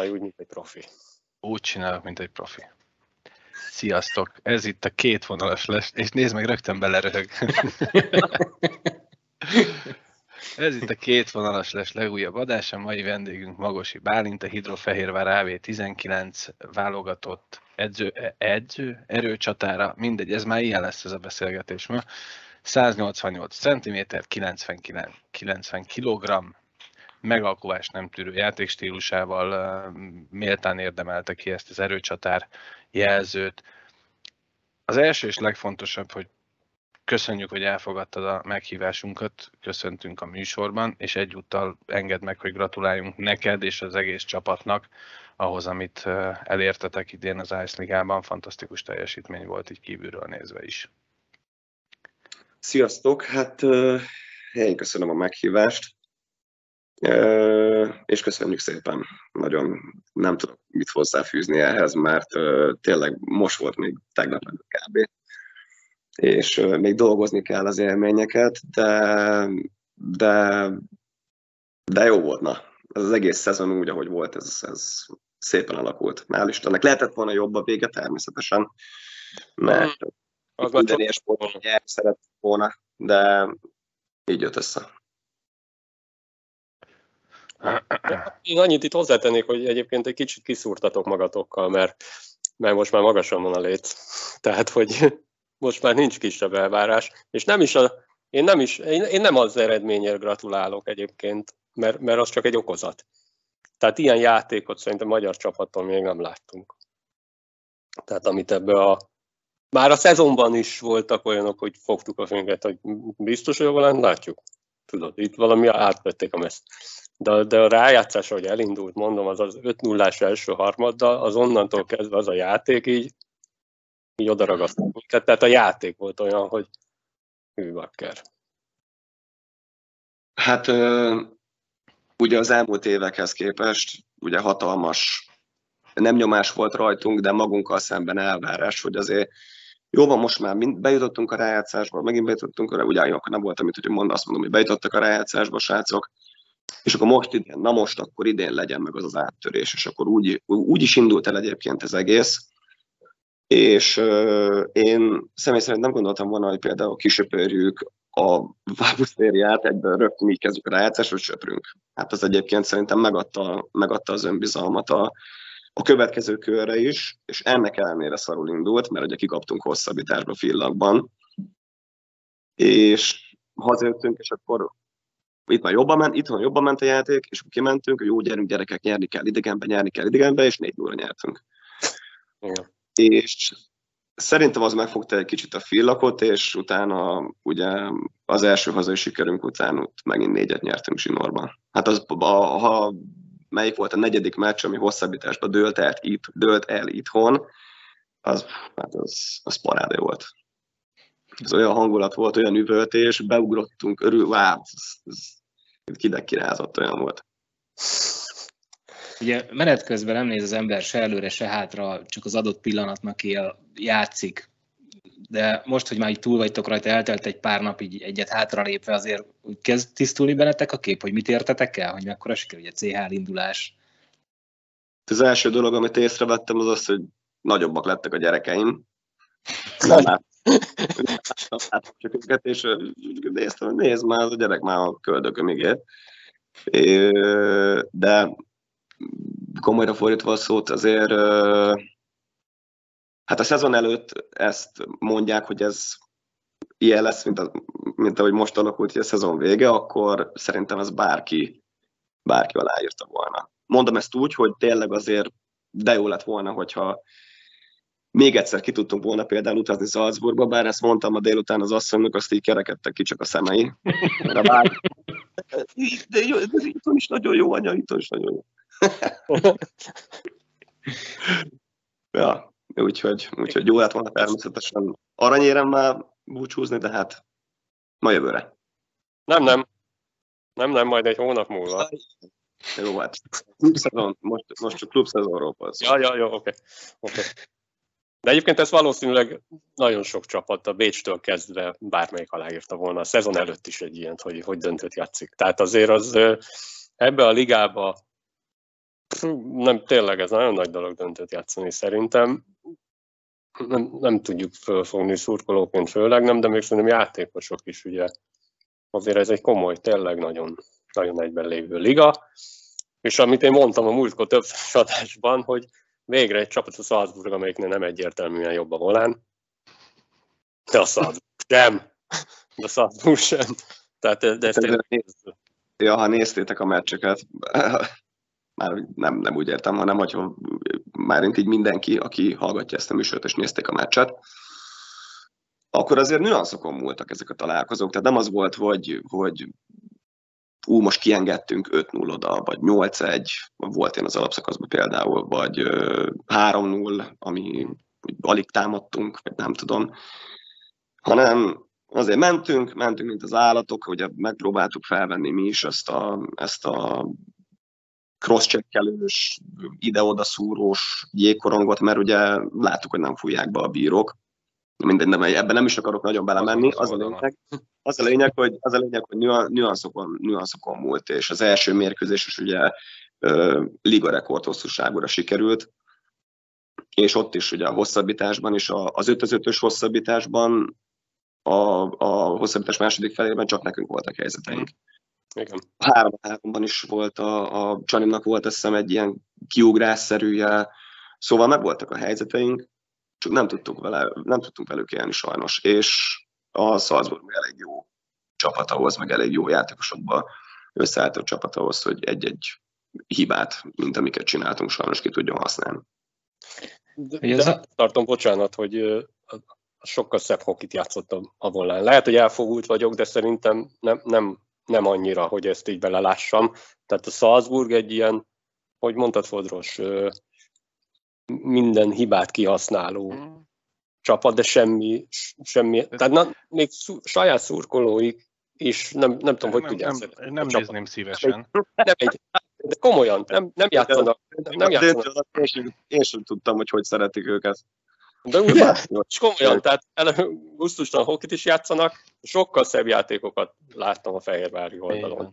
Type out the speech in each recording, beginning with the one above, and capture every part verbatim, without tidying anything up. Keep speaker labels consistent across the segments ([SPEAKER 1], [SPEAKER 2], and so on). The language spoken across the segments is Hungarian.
[SPEAKER 1] csinálj úgy, mint egy profi.
[SPEAKER 2] Úgy csinálok, mint egy profi. Sziasztok! Ez itt a két vonalas lesz, és nézd meg, rögtön beleröhög. Ez itt a két vonalas lesz legújabb adása. Mai vendégünk Magosi Bálint, a Hidrofehérvár á vé tizenkilenc válogatott edző, edző erőcsatára. Mindegy, ez már ilyen lesz ez a beszélgetés ma. száznyolcvannyolc centiméter, kilencvenkilenc, kilencven kilogramm, megalkovás nem tűrő játékstílusával uh, méltán érdemelte ki ezt az erőcsatár jelzőt. Az első és legfontosabb, hogy köszönjük, hogy elfogadtad a meghívásunkat, köszöntünk a műsorban, és egyúttal engedd meg, hogy gratuláljunk neked és az egész csapatnak ahhoz, amit uh, elértetek idén az Ice Ligában. Fantasztikus teljesítmény volt így kívülről nézve is.
[SPEAKER 3] Sziasztok! Hát uh, én köszönöm a meghívást. És köszönjük szépen. Nagyon nem tudok mit hozzáfűzni ehhez, mert tényleg most volt még tegnap előtt kb. És még dolgozni kell az élményeket, de, de, de jó volt. Na, ez az egész szezon úgy, ahogy volt, ez, ez szépen alakult. Hál' Istennek. Lehetett volna jobb a vége természetesen, mert
[SPEAKER 1] az
[SPEAKER 3] minden ilyen sportot szeretett volna, de így jött össze.
[SPEAKER 1] Én annyit itt hozzátennék, hogy egyébként egy kicsit kiszúrtatok magatokkal, mert, mert most már magasan van a léc. Tehát, hogy most már nincs kisebb elvárás, és nem is a, én, nem is, én, én nem az eredményért gratulálok egyébként, mert, mert az csak egy okozat. Tehát ilyen játékot szerintem magyar csapattól még nem láttunk. Tehát amit ebbe a... Már a szezonban is voltak olyanok, hogy fogtuk a fünket, hogy biztos, hogy jól látjuk. Tudod, itt valami átvették a meszt. De, de a rájátszás, ahogy elindult, mondom, az az öt nullás első harmaddal, az onnantól kezdve az a játék így, így odaragasztott minket. Tehát a játék volt olyan, hogy hű bakker.
[SPEAKER 3] Hát ugye az elmúlt évekhez képest ugye hatalmas, nem nyomás volt rajtunk, de magunkkal szemben elvárás, hogy azért jó van, most már mind bejutottunk a rájátszásba, megint bejutottunk, ugye akkor nem volt, amit hogy mond, azt mondom, hogy bejutottak a rájátszásba, srácok, és akkor most idén, na most akkor idén legyen meg az az áttörés, és akkor úgy, úgy is indult el egyébként az egész, és euh, én személy szerint nem gondoltam volna, hogy például kisöpörjük a vábusztériát, egyben rögtön így kezdjük a rájátszást, hogy söprünk. Hát az egyébként szerintem megadta, megadta az önbizalmat a, a következő körre is, és ennek ellenére szarul indult, mert ugye kikaptunk hosszabbításba Fillakban, és hazajöttünk, és akkor itt már jobban ment, itthon jobban ment a játék, és kimentünk, hogy jó, gyerünk gyerekek, nyerni kell idegenben, nyerni kell idegenben, és négy nullra nyertünk.
[SPEAKER 1] Igen.
[SPEAKER 3] És szerintem az megfogta egy kicsit a Fillakot, és utána ugye az első hazai sikerünk után ott megint négyet nyertünk zsinórban. Hát az, a, ha melyik volt a negyedik meccs, ami hosszabbításba dőlt el, itt, dőlt el itthon, az, hát az, az parádé volt. Ez olyan hangulat volt, olyan üvöltés, beugrottunk, örül, wow, ez, ez kidek kirázott, olyan volt.
[SPEAKER 4] Ugye menet közben nem néz az ember se előre, se hátra, csak az adott pillanatnak él, játszik. De most, hogy már így túl vagytok rajta, eltelt egy pár nap, így egyet hátralépve, azért úgy kezd tisztulni bennetek a kép, hogy mit értetek el, hogy mekkora siker, ugye cé há indulás.
[SPEAKER 3] Az első dolog, amit észrevettem, az az, hogy nagyobbak lettek a gyerekeim. Csak őket, és néztem, nézd már, az a gyerek már a köldökömig ért. De komolyra fordítva a szót, azért hát a szezon előtt ezt mondják, hogy ez ilyen lesz, mint, a, mint ahogy most alakult, hogy a szezon vége, akkor szerintem ez bárki, bárki aláírta volna. Mondom ezt úgy, hogy tényleg azért de jó lett volna, hogyha még egyszer ki tudtunk volna például utazni Salzburgba, bár ezt mondtam a délután az asszonynak, azt így kerekedtek ki csak a szemei. De jó, de itthon is nagyon jó, anya, itthon is nagyon jó. Ja, úgyhogy, úgyhogy jó lett volna természetesen aranyéremmel búcsúzni, de hát ma jövőre.
[SPEAKER 1] Nem, nem. Nem, nem, majd egy hónap múlva.
[SPEAKER 3] Jó, hát klubszezon, most, most csak klubszezonról van szó.
[SPEAKER 1] Ja, ja, jó, oké. Okay. De egyébként ez valószínűleg nagyon sok csapat, a Bécstől kezdve bármelyik aláírta volna. A szezon előtt is egy ilyent, hogy, hogy döntőt játszik. Tehát azért az ebbe a ligába nem, tényleg ez nagyon nagy dolog döntőt játszani szerintem. Nem, nem tudjuk fölfogni szurkolóként főleg nem, de még szerintem játékosok is, ugye. Azért ez egy komoly, tényleg nagyon, nagyon egyben lévő liga. És amit én mondtam a múltkor több adásban, hogy végre egy csapat a Salzburg, amelyiknél nem egyértelműen jobb a volán. De a Salzburg sem. De a Salzburg sem. Tehát de ezt tényleg...
[SPEAKER 3] Ja, ha néztétek a meccseket, már nem, nem úgy értem, hanem hogyha márint így mindenki, aki hallgatja ezt a műsort és nézték a meccset, akkor azért nüanszokon múltak ezek a találkozók. Tehát nem az volt, hogy, hogy ú, most kiengedtünk öt null oda, vagy nyolc egy, volt én az alapszakaszban például, vagy három null, ami alig támadtunk, vagy nem tudom, hanem azért mentünk, mentünk, mint az állatok, ugye megpróbáltuk felvenni mi is ezt a, ezt a cross-checkelős, ide-oda szúrós jégkorongot, mert ugye láttuk, hogy nem fújják be a bírók. Mindegy, nem, ebben nem is akarok nagyon belemenni. Az a lényeg, az a lényeg hogy, az a lényeg, hogy nüanszokon, nüanszokon múlt, és az első mérkőzés is ugye uh, liga rekord hosszúságúra sikerült, és ott is ugye a hosszabbításban is, az öt az ötös hosszabbításban, a, a hosszabbítás második felében csak nekünk voltak helyzeteink.
[SPEAKER 1] Igen.
[SPEAKER 3] három háromban is volt, a, a Csanimnak volt azt hiszem egy ilyen kiugrásszerűje, szóval meg voltak a helyzeteink, csak nem tudtuk vele, nem tudtunk velük élni sajnos, és a Salzburg elég jó csapat ahhoz, meg elég jó játékosokba összeálltott csapat ahhoz, hogy egy-egy hibát, mint amiket csináltunk, sajnos ki tudjon használni.
[SPEAKER 1] De, de a... tartom, bocsánat, hogy sokkal szebb hokit játszottam a volán. Lehet, hogy elfogult vagyok, de szerintem nem, nem, nem annyira, hogy ezt így belelássam. Tehát a Salzburg egy ilyen, hogy mondtad, Fodros, minden hibát kihasználó mm. csapat, de semmi, semmi tehát na, még szú, saját szurkolóik is nem, nem tudom, hogy
[SPEAKER 2] nem,
[SPEAKER 1] tudják.
[SPEAKER 2] Nem, nem nézném szívesen.
[SPEAKER 1] Nem egy, de komolyan, nem, nem játszanak. Nem játszanak.
[SPEAKER 3] Én sem, én sem tudtam, hogy hogy szeretik őket.
[SPEAKER 1] De ugye, és komolyan, tehát gusztustalan hokit is játszanak, sokkal szebb játékokat láttam a fehérvári oldalon.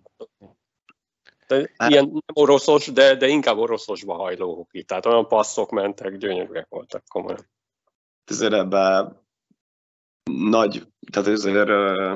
[SPEAKER 1] De ilyen nem oroszos, de, de inkább oroszosba hajló hoki. Tehát olyan passzok mentek, gyönyörűek voltak komolyan.
[SPEAKER 3] Ezért ebben nagy, tehát ezért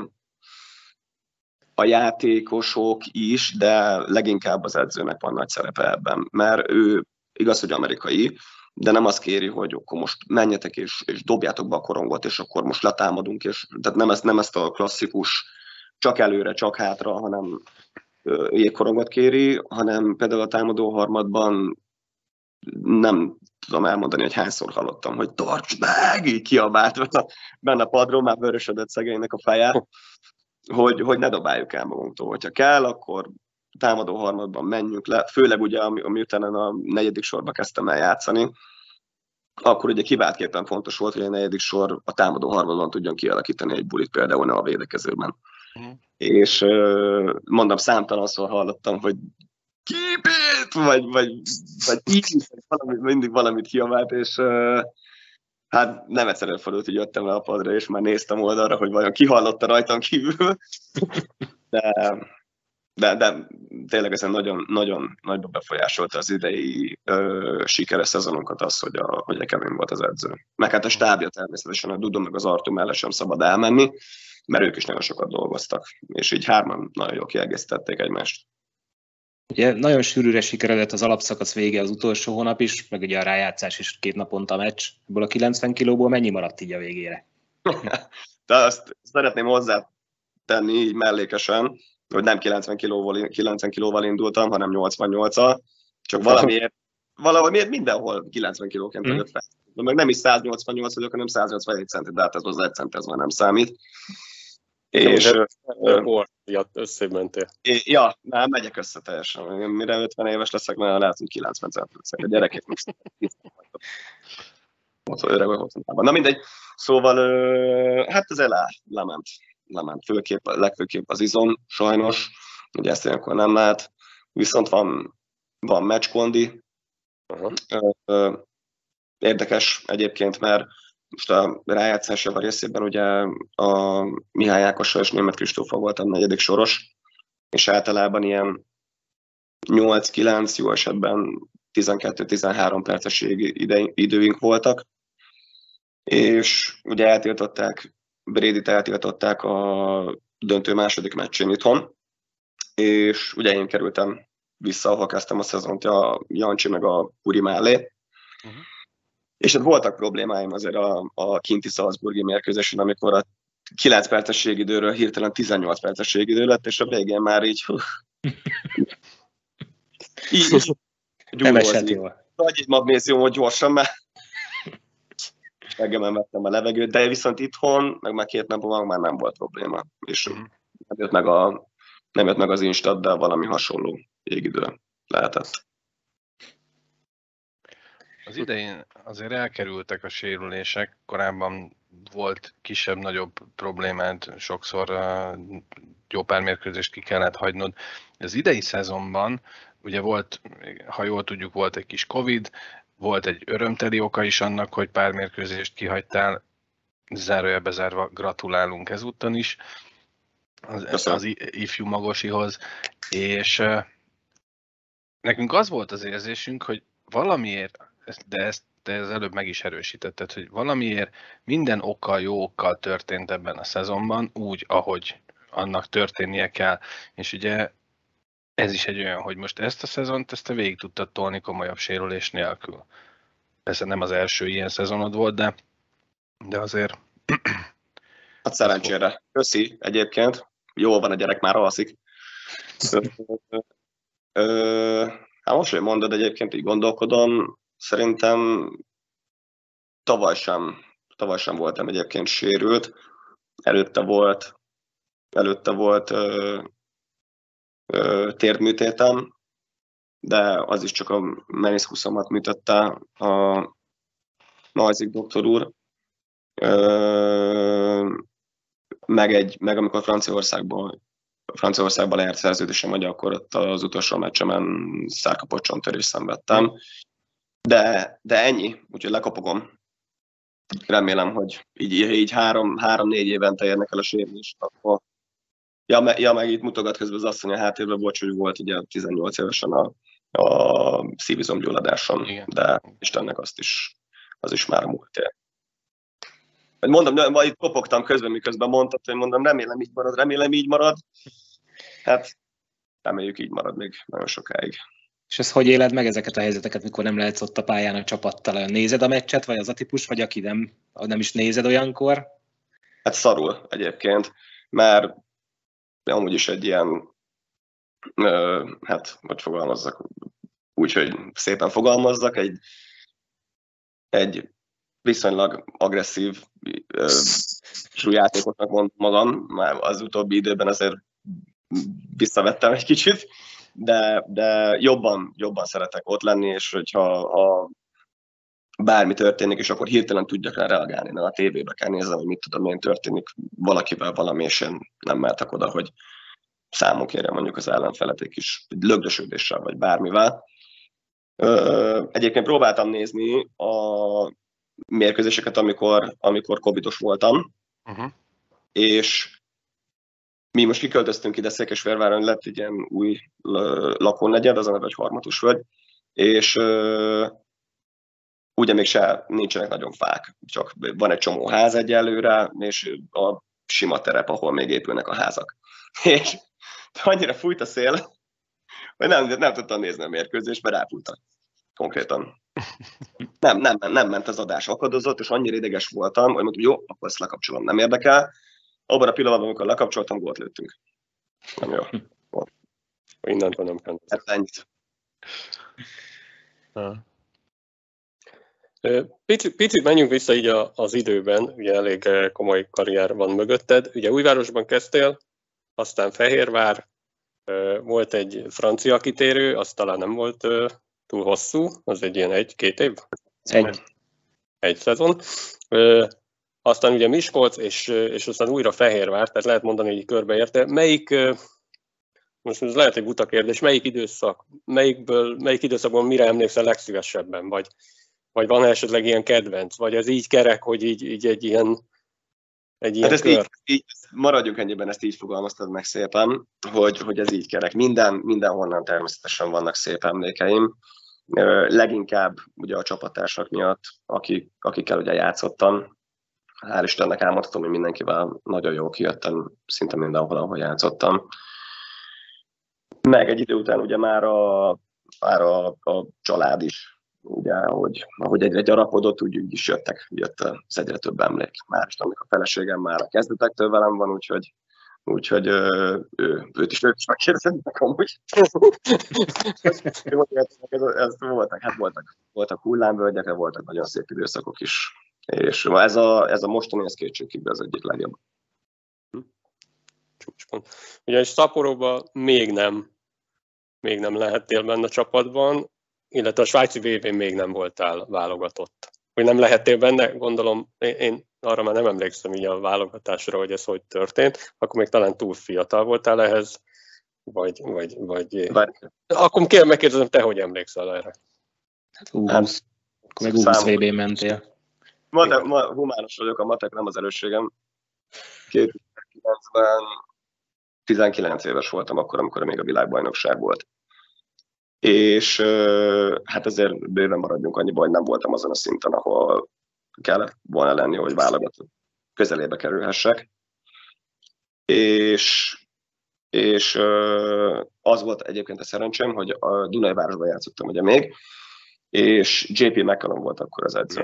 [SPEAKER 3] a játékosok is, de leginkább az edzőnek van nagy szerepe ebben, mert ő igaz, hogy amerikai, de nem azt kéri, hogy akkor most menjetek és, és dobjátok be a korongot, és akkor most letámadunk, és tehát nem ezt, nem ezt a klasszikus csak előre, csak hátra, hanem jégkorongot kéri, hanem például a támadó harmadban nem tudom elmondani, hogy hányszor hallottam, hogy tartsd meg, így kiabált benne a padról, már vörösödött szegénynek a feje, hogy, hogy ne dobáljuk el magunktól. Hogyha kell, akkor támadó harmadban menjünk le, főleg ugye, amiután a negyedik sorba kezdtem el játszani, akkor ugye kiváltképpen fontos volt, hogy a negyedik sor a támadó harmadban tudjon kialakítani egy bulit, például ne a védekezőben. Mm. És mondom, számtalanszor hallottam, hogy keep it! Vagy, vagy, vagy így, valami, mindig valamit kiabált, és hát nem egyszerűen fordult, hogy jöttem le a padra, és már néztem oldalra, hogy vajon ki hallotta rajtam kívül. De, de, de tényleg ezen nagyon, nagyon nagyban befolyásolta az idei ö, sikeres szezonunkat az, hogy a, hogy a kemény volt az edző. Meg hát a stábja természetesen, a Dudon meg az Artú mellett sem szabad elmenni, mert ők is nagyon sokat dolgoztak, és így hárman nagyon jól kiegészítették egymást.
[SPEAKER 4] Ugye nagyon sűrűre sikeredett az alapszakasz vége az utolsó hónap is, meg ugye a rájátszás is két naponta meccs. Ebből a kilencven kilóból mennyi maradt így a végére?
[SPEAKER 3] De azt szeretném hozzátenni így mellékesen, hogy nem kilencven kilóval, kilencven kilóval indultam, hanem nyolcvannyolccal, csak valamiért, valamiért mindenhol kilencven kilóként vagyok fel. De meg nem is száznyolcvannyolc vagyok, hanem száznyolcvannégy centi, de hát ez az egy cent, ez már nem számít.
[SPEAKER 1] És összementél.
[SPEAKER 3] Ja, nem, megyek össze teljesen. Mire ötven éves leszek, már lehet, hogy kilencven cent leszek. A gyerekek ott öreg vagy hosszantában. Na mindegy. Szóval, hát ez elá, lement. lement. Főképp, legfőképp az izom, sajnos. Ugye ezt ilyenkor nem lehet. Viszont van, van meccskondi. Uh-huh. Érdekes egyébként, mert most a rájátszás a részében ugye a Mihály Ákossal és Németh Kristóffal voltam negyedik soros, és általában ilyen nyolc-kilenc, jó esetben tizenkettő-tizenhárom perces időink voltak, és ugye eltiltották, Bradyt eltiltották a döntő második meccsén itthon, és ugye én kerültem vissza, ahol kezdtem a szezont, a Jancsi meg a Puri mellé. Uh-huh. És hát voltak problémáim azért a, a kinti Salzburgi mérkőzésen, amikor a kilenc perces időről hirtelen tizennyolc perces idő lett, és a végén már így... így
[SPEAKER 4] nem esett jól.
[SPEAKER 3] Nagy egy magnéziumot gyorsan, mert reggelben vettem a levegőt, de viszont itthon, meg már két napon már nem volt probléma. És uh-huh. nem, jött meg a, nem jött meg az instat, de valami hasonló jégidő lehetett.
[SPEAKER 2] Az idején azért elkerültek a sérülések, korábban volt kisebb-nagyobb problémád, sokszor uh, jó pár mérkőzést ki kellett hagynod. Az idei szezonban ugye volt, ha jól tudjuk, volt egy kis Covid, volt egy örömteli oka is annak, hogy pár mérkőzést kihagytál, zárójelbe zárva gratulálunk ezúttal is az, az ifjú Magosihoz, és uh, nekünk az volt az érzésünk, hogy valamiért, de ezt te az előbb meg is erősítetted, hogy valamiért minden okkal, jó okkal történt ebben a szezonban, úgy, ahogy annak történnie kell. És ugye ez is egy olyan, hogy most ezt a szezont, ezt te végig tudtad tolni komolyabb sérülés nélkül. Persze nem az első ilyen szezonod volt, de, de azért...
[SPEAKER 3] Hát szerencsére. Köszi egyébként. Jól van, a gyerek már alszik. Hát most, hogy mondod, egyébként így gondolkodom, szerintem tavaly sem, tavaly sem voltam egyébként sérült. Előtte volt, előtte volt ö, ö, térdműtétem, de az is csak a meniszkuszomat műtette a Majzik doktor úr. Ö, meg, egy, meg amikor Franciaországban Franciaországban lejárt szerződésem, vagy akkor ott az utolsó meccsemen szárkapott csonttörést szenvedtem. De, de ennyi, úgyhogy lekapogom. Remélem, hogy így, így három, három-négy évente érnek el a sérülést. Akkor... Ja, me, ja, meg itt mutogat közben az asszony a háttérben, bocs, hogy volt ugye tizennyolc évesen a, a szívizomgyulladásom, de Istennek azt is, az is már a múlt év. Mondom, majd itt kopogtam közben, miközben mondtad, hogy mondom, remélem így marad, remélem így marad. Hát reméljük így marad még nagyon sokáig.
[SPEAKER 4] És ezt hogy éled meg ezeket a helyzeteket, mikor nem lehetsz ott a pályán a csapattal? Nézed a meccset, vagy az a típus, vagy aki nem, nem is nézed olyankor?
[SPEAKER 3] Hát szarul egyébként, mert amúgy is egy ilyen, ö, hát hogy fogalmazzak, úgyhogy szépen fogalmazzak, egy, egy viszonylag agresszív játékosnak mondom magam, már az utóbbi időben azért visszavettem egy kicsit, de, de jobban, jobban szeretek ott lenni, és hogyha ha bármi történik, és akkor hirtelen tudjak rá reagálni, nem a tévébe kell néznem, hogy mit tudom én történik valakivel valami, és én nem mertek oda, hogy számon kérjem mondjuk az ellenfeleték is, lögdösödéssel, vagy bármivel. Egyébként próbáltam nézni a mérkőzéseket, amikor, amikor covidos voltam, uh-huh. és mi most kiköltöztünk ide Székesfehérváron, lett egy ilyen új lakónegyed, az a neve, hogy Harmatusvölgy, és uh, ugye még se nincsenek nagyon fák, csak van egy csomó ház egyelőre, és a sima terep, ahol még épülnek a házak. És annyira fújt a szél, hogy nem, nem tudtam nézni a mérkőzést, mert elfújtak. Konkrétan. Nem, nem, nem ment az adás, akadozott, és annyira ideges voltam, hogy mondtam, jó, akkor ezt lekapcsolom, nem érdekel. Abban a pillanatban, amikor lekapcsoltam, gólt lőttünk. Nem jó.
[SPEAKER 1] Innentől nem kell.
[SPEAKER 3] Hát ennyit.
[SPEAKER 1] Picit, picit menjünk vissza így az időben, ugye elég komoly karrier van mögötted. Ugye Újvárosban kezdtél, aztán Fehérvár, volt egy francia kitérő, az talán nem volt túl hosszú, az egy ilyen egy-két év?
[SPEAKER 4] Egy.
[SPEAKER 1] Egy szezon. Aztán ugye Miskolc, és, és aztán újra Fehérvár, tehát lehet mondani, hogy körbeérte. Melyik, most ez lehet egy buta kérdés, melyik időszak, melyikből, melyik időszakban mire emlékszel legszívesebben, vagy, vagy van esetleg ilyen kedvenc, vagy ez így kerek, hogy így, így egy ilyen, egy ilyen
[SPEAKER 3] hát ezt
[SPEAKER 1] kör?
[SPEAKER 3] így, így, maradjunk ennyiben, ezt így fogalmaztad meg szépen, hogy, hogy ez így kerek. Minden, mindenhonnan természetesen vannak szép emlékeim. Leginkább ugye a csapattársak miatt, akik, akikkel ugye játszottam. Hál' Istennek elmondhatom, hogy mindenkivel nagyon jól kijöttem, szinte mindenhol, ahol játszottam. Meg egy idő után ugye már a, már a, a család is, ugye, ahogy, ahogy egyre gyarapodott, úgy, úgy is jöttek, jött az egyre több emlék. Már is, amikor a feleségem már a kezdetektől velem van, úgyhogy, úgyhogy ő, ő, őt is, őt is megkérdezhetnek amúgy. ez, ez voltak, hát voltak, voltak hullámvölgyek, voltak nagyon szép időszakok is. És ez a, ez a mostani, ez kétségkívül az egyik legjobb.
[SPEAKER 1] Csúcspont. Ugyanis Szaporóban még nem, még nem lehettél benne a csapatban, illetve a svájci vé bén még nem voltál válogatott. Hogy nem lehettél benne, gondolom, én, én arra már nem emlékszem így a válogatásra, hogy ez hogy történt, akkor még talán túl fiatal voltál ehhez, vagy... vagy, vagy...
[SPEAKER 3] Bár...
[SPEAKER 1] Akkor kérem, megkérdezem, te hogy emlékszel erre?
[SPEAKER 4] Hát húsz, akkor meg húsz vé bén mentél.
[SPEAKER 3] Ma, ma humános vagyok, a matek nem az erősségem. kétezer-kilencben tizenkilenc éves voltam akkor, amikor még a világbajnokság volt. És hát azért bőven maradjunk annyiban, hogy nem voltam azon a szinten, ahol kellett volna lenni, hogy válogatott közelébe kerülhessek. És, és az volt egyébként a szerencsém, hogy a Dunajvárosban játszottam ugye még, és jé pé McCallum volt akkor az edző.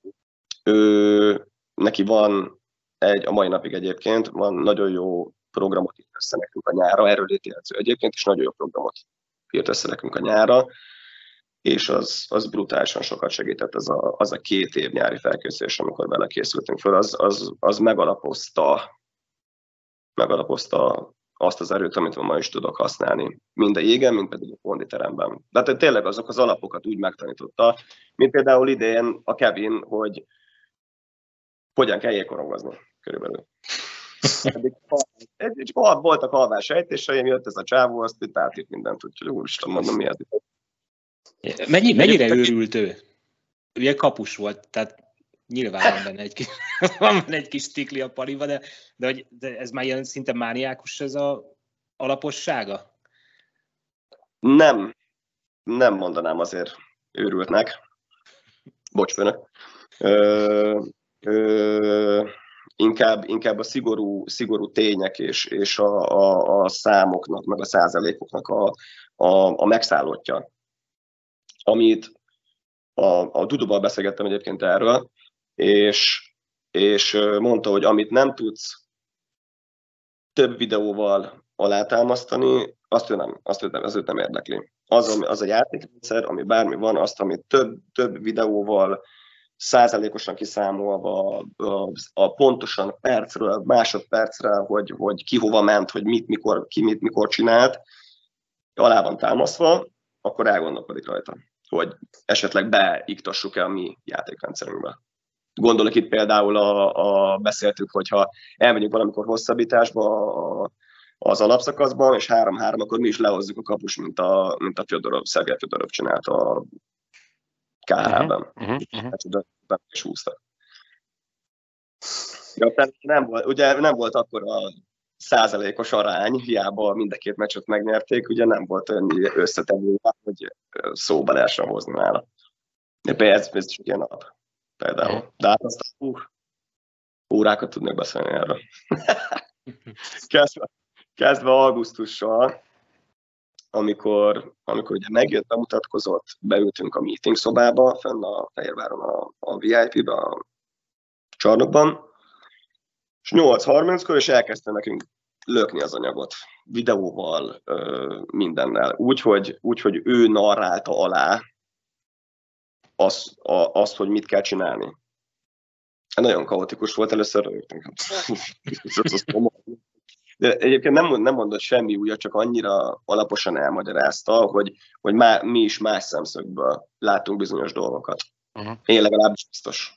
[SPEAKER 3] Ő, neki van egy, a mai napig egyébként, van nagyon jó programot írt össze nekünk a nyára, erről edző egyébként, és nagyon jó programot írt össze nekünk a nyára, és az, az brutálisan sokat segített, az a, az a két év nyári felkészülés, amikor vele készültünk föl, az, az, az megalapozta, megalapozta azt az erőt, amit ma is tudok használni, mind a jégen, mind pedig a konditeremben. De hát tényleg azok az alapokat úgy megtanította, mint például idén a Kevin, hogy hogyan kell jégkorongozni, körülbelül. Eddig, eddig voltak alvás sejtéseim, jött ez a csávó, azt itt átírt mindent, úgyhogy úristen, mondom, mi az itt.
[SPEAKER 4] Mennyi, mennyire őrült ő? Ugye kapus volt, tehát nyilván van benne egy kis, van benne egy kis stikli a paliba, de, de, hogy, de ez már ilyen szinte mániákus ez a alapossága?
[SPEAKER 3] Nem, nem mondanám azért őrültnek. Bocs, főnök. Ö, ö, inkább, inkább a szigorú, szigorú tények és, és a, a, a számoknak, meg a százalékoknak a, a, a megszállottja. Amit a, a Duduval beszélgettem egyébként erről, és, és mondta, hogy amit nem tudsz több videóval alátámasztani, azt ő nem, azt ő nem, az őt nem érdekli. Az, az a játékrendszer, ami bármi van, azt, amit több, több videóval, százalékosan kiszámolva, a, a pontosan percről, másodpercre, hogy, hogy ki hova ment, hogy mit, mikor, ki mit, mikor csinált, alá van támasztva, akkor elgondolkodik rajta, hogy esetleg beiktassuk-e a mi játékrendszerünkbe. Gondolok itt például, a, a, beszéltük, hogyha elmegyünk valamikor hosszabbításba a, az alapszakaszban, és három-három, akkor mi is lehozzuk a kapus, mint a, mint a Fyodorov, Szergej Fyodorov csinált a ká há-ben. Uh-huh, uh-huh. És húztak. Ja, nem volt, ugye nem volt akkor a százalékos arány, hiába mind a két meccset megnyerték, ugye nem volt olyan összetevő, hogy szóba lehessen hozni nála. De ez, ez is ilyen nap például. De hát aztán uh, órákat tudnak beszélni erről. kezdve, kezdve augusztussal, amikor, amikor ugye megjött, bemutatkozott, beültünk a meeting szobába, fenn a Fehérváron a, a vé i pé-be, a csarnokban, és nyolc harminckor, és elkezdte nekünk lökni az anyagot, videóval, mindennel. Úgy, hogy, úgy, hogy ő narrálta alá azt, a, azt, hogy mit kell csinálni. Nagyon kaotikus volt, először rögtünk. De egyébként nem, nem mondott semmi újat, csak annyira alaposan elmagyarázta, hogy, hogy má, mi is más szemszögből látunk bizonyos dolgokat. Uh-huh. Én legalábbis biztos.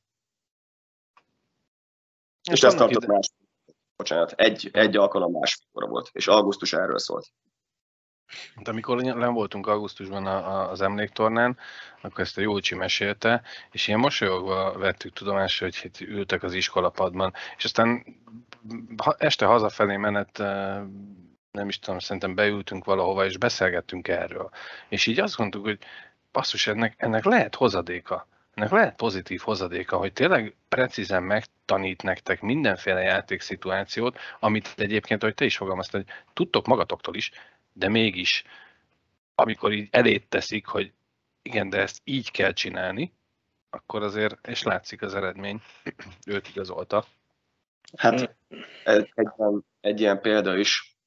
[SPEAKER 3] És, és ezt tartott ide... más. Bocsánat, egy, egy alkalom másfélkora volt, és augusztus erről szólt.
[SPEAKER 2] De amikor nem voltunk augusztusban a, a, az emléktornán, akkor ezt a Jócsi mesélte, és ilyen mosolyogva vettük tudomásra, hogy hát ültek az iskolapadban, és aztán ha, este hazafelé menet, nem is tudom, szerintem beültünk valahova, és beszélgettünk erről. És így azt gondoltuk, hogy basszus, ennek, ennek lehet hozadéka. Ennek lehet pozitív hozadéka, hogy tényleg precízen megtanít nektek mindenféle játékszituációt, amit egyébként, ahogy te is fogalmaztad, hogy tudtok magatoktól is, de mégis, amikor így elét teszik, hogy igen, de ezt így kell csinálni, akkor azért, és látszik az eredmény, őt igazolta.
[SPEAKER 3] Hát egy, egy, egy ilyen példa is,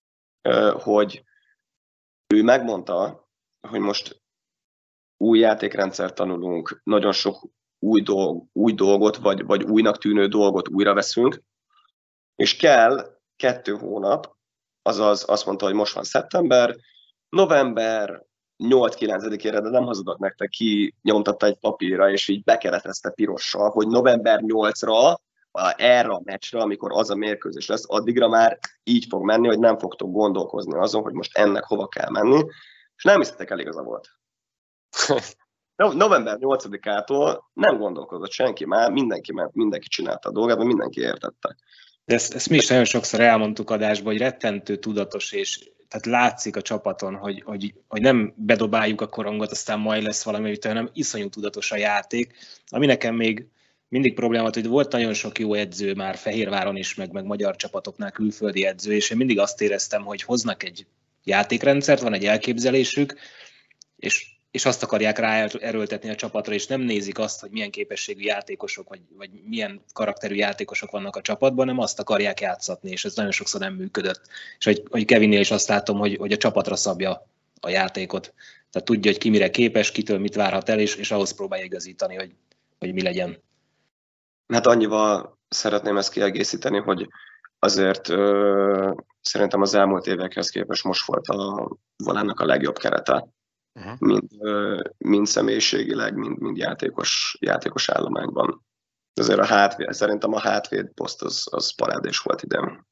[SPEAKER 3] hogy ő megmondta, hogy most új játékrendszert tanulunk, nagyon sok új, dolg, új dolgot, vagy, vagy újnak tűnő dolgot újra veszünk, és kell kettő hónap, azaz azt mondta, hogy most van szeptember, november nyolc-kilencedikére, de nem hazudok nektek, ki nyomtatta egy papírra, és így bekeretezte pirossal, hogy november nyolcadikra, erre a meccsre, amikor az a mérkőzés lesz, addigra már így fog menni, hogy nem fogtok gondolkozni azon, hogy most ennek hova kell menni, és nem hisztek el, igaza volt. november nyolcadikától nem gondolkozott senki már, mindenki ment, mindenki csinálta a dolgát, mert mindenki értette.
[SPEAKER 4] De ezt, ezt mi is nagyon sokszor elmondtuk adásban, hogy rettentő tudatos, és tehát látszik a csapaton, hogy, hogy, hogy nem bedobáljuk a korongot, aztán majd lesz valami, hanem iszonyú tudatos a játék, ami nekem még mindig probléma, hogy volt nagyon sok jó edző már Fehérváron is, meg, meg magyar csapatoknál külföldi edző, és én mindig azt éreztem, hogy hoznak egy játékrendszert, van egy elképzelésük, és, és azt akarják ráerőltetni a csapatra, és nem nézik azt, hogy milyen képességű játékosok, vagy, vagy milyen karakterű játékosok vannak a csapatban, hanem azt akarják játszatni, és ez nagyon sokszor nem működött. És hogy, hogy Kevinnél is azt látom, hogy, hogy a csapatra szabja a játékot. Tehát tudja, hogy ki mire képes, kitől mit várhat el, és, és ahhoz próbálja igazítani, hogy, hogy mi legyen.
[SPEAKER 3] Hát annyival szeretném ezt kiegészíteni, hogy azért ö, szerintem az elmúlt évekhez képest most volt a Volánnak a legjobb kerete, uh-huh. mind, ö, mind személyiségileg, mind, mind játékos, játékos állományban. Azért a hátvéd, szerintem a hátvéd poszt az, az parádés volt idén.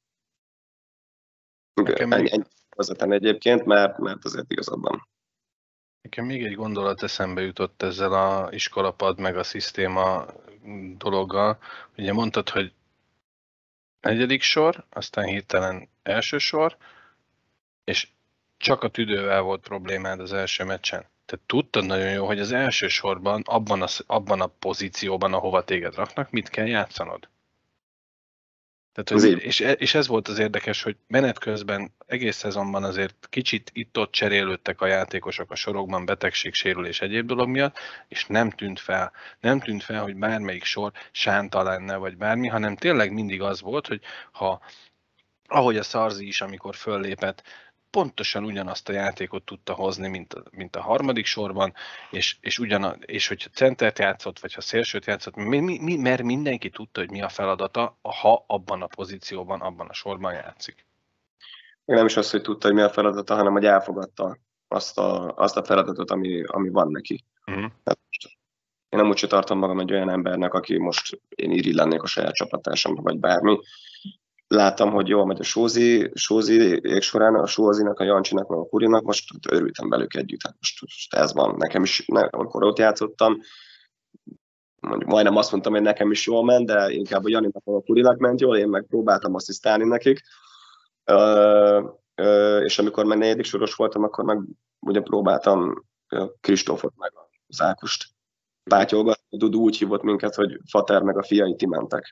[SPEAKER 3] Ennyi, ennyi vezetni egyébként, mert, mert azért igazabban.
[SPEAKER 2] Nekem még egy gondolat eszembe jutott ezzel a iskolapad meg a szisztéma dologgal. Ugye mondtad, hogy negyedik sor, aztán hirtelen első sor, és csak a tüdővel volt problémád az első meccsen. Tehát tudtad nagyon jó, hogy az első sorban, abban a, abban a pozícióban, ahova téged raknak, mit kell játszanod. Tehát, hogy, és, és ez volt az érdekes, hogy menet közben egész szezonban azért kicsit itt-ott cserélődtek a játékosok a sorokban, betegség, sérülés, egyéb dolog miatt, és nem tűnt fel. Nem tűnt fel, hogy bármelyik sor sánta lenne, vagy bármi, hanem tényleg mindig az volt, hogy ha, ahogy a Szarzi is, amikor föllépett, pontosan ugyanazt a játékot tudta hozni, mint a, mint a harmadik sorban, és, és, ugyan, és hogyha centert játszott, vagy ha szélsőt játszott, mi, mi, mert mindenki tudta, hogy mi a feladata, ha abban a pozícióban, abban a sorban játszik.
[SPEAKER 3] Még nem is az, hogy tudta, hogy mi a feladata, hanem hogy elfogadta azt a, azt a feladatot, ami, ami van neki. Uh-huh. Én nem úgy sem tartom magam egy olyan embernek, aki most én irigy lennék a saját csapattársamnak, vagy bármi. Láttam, hogy jól megy a Sózi, Sózi ég során, a Sózinak, a Jancsinak, meg a Kurinak, most örültem velük együtt. Hát most, most ez van, nekem is, ne, amikor ott játszottam, mondjuk majdnem azt mondtam, hogy nekem is jól ment, de inkább a Janinak, a Kurinak ment jól, én meg próbáltam asszisztálni nekik. Ö, ö, és amikor meg negyedik soros voltam, akkor meg ugye próbáltam Kristófot meg az Ákost pátyolgatni. Dudu úgy hívott minket, hogy Fater meg a fiai ti mentek.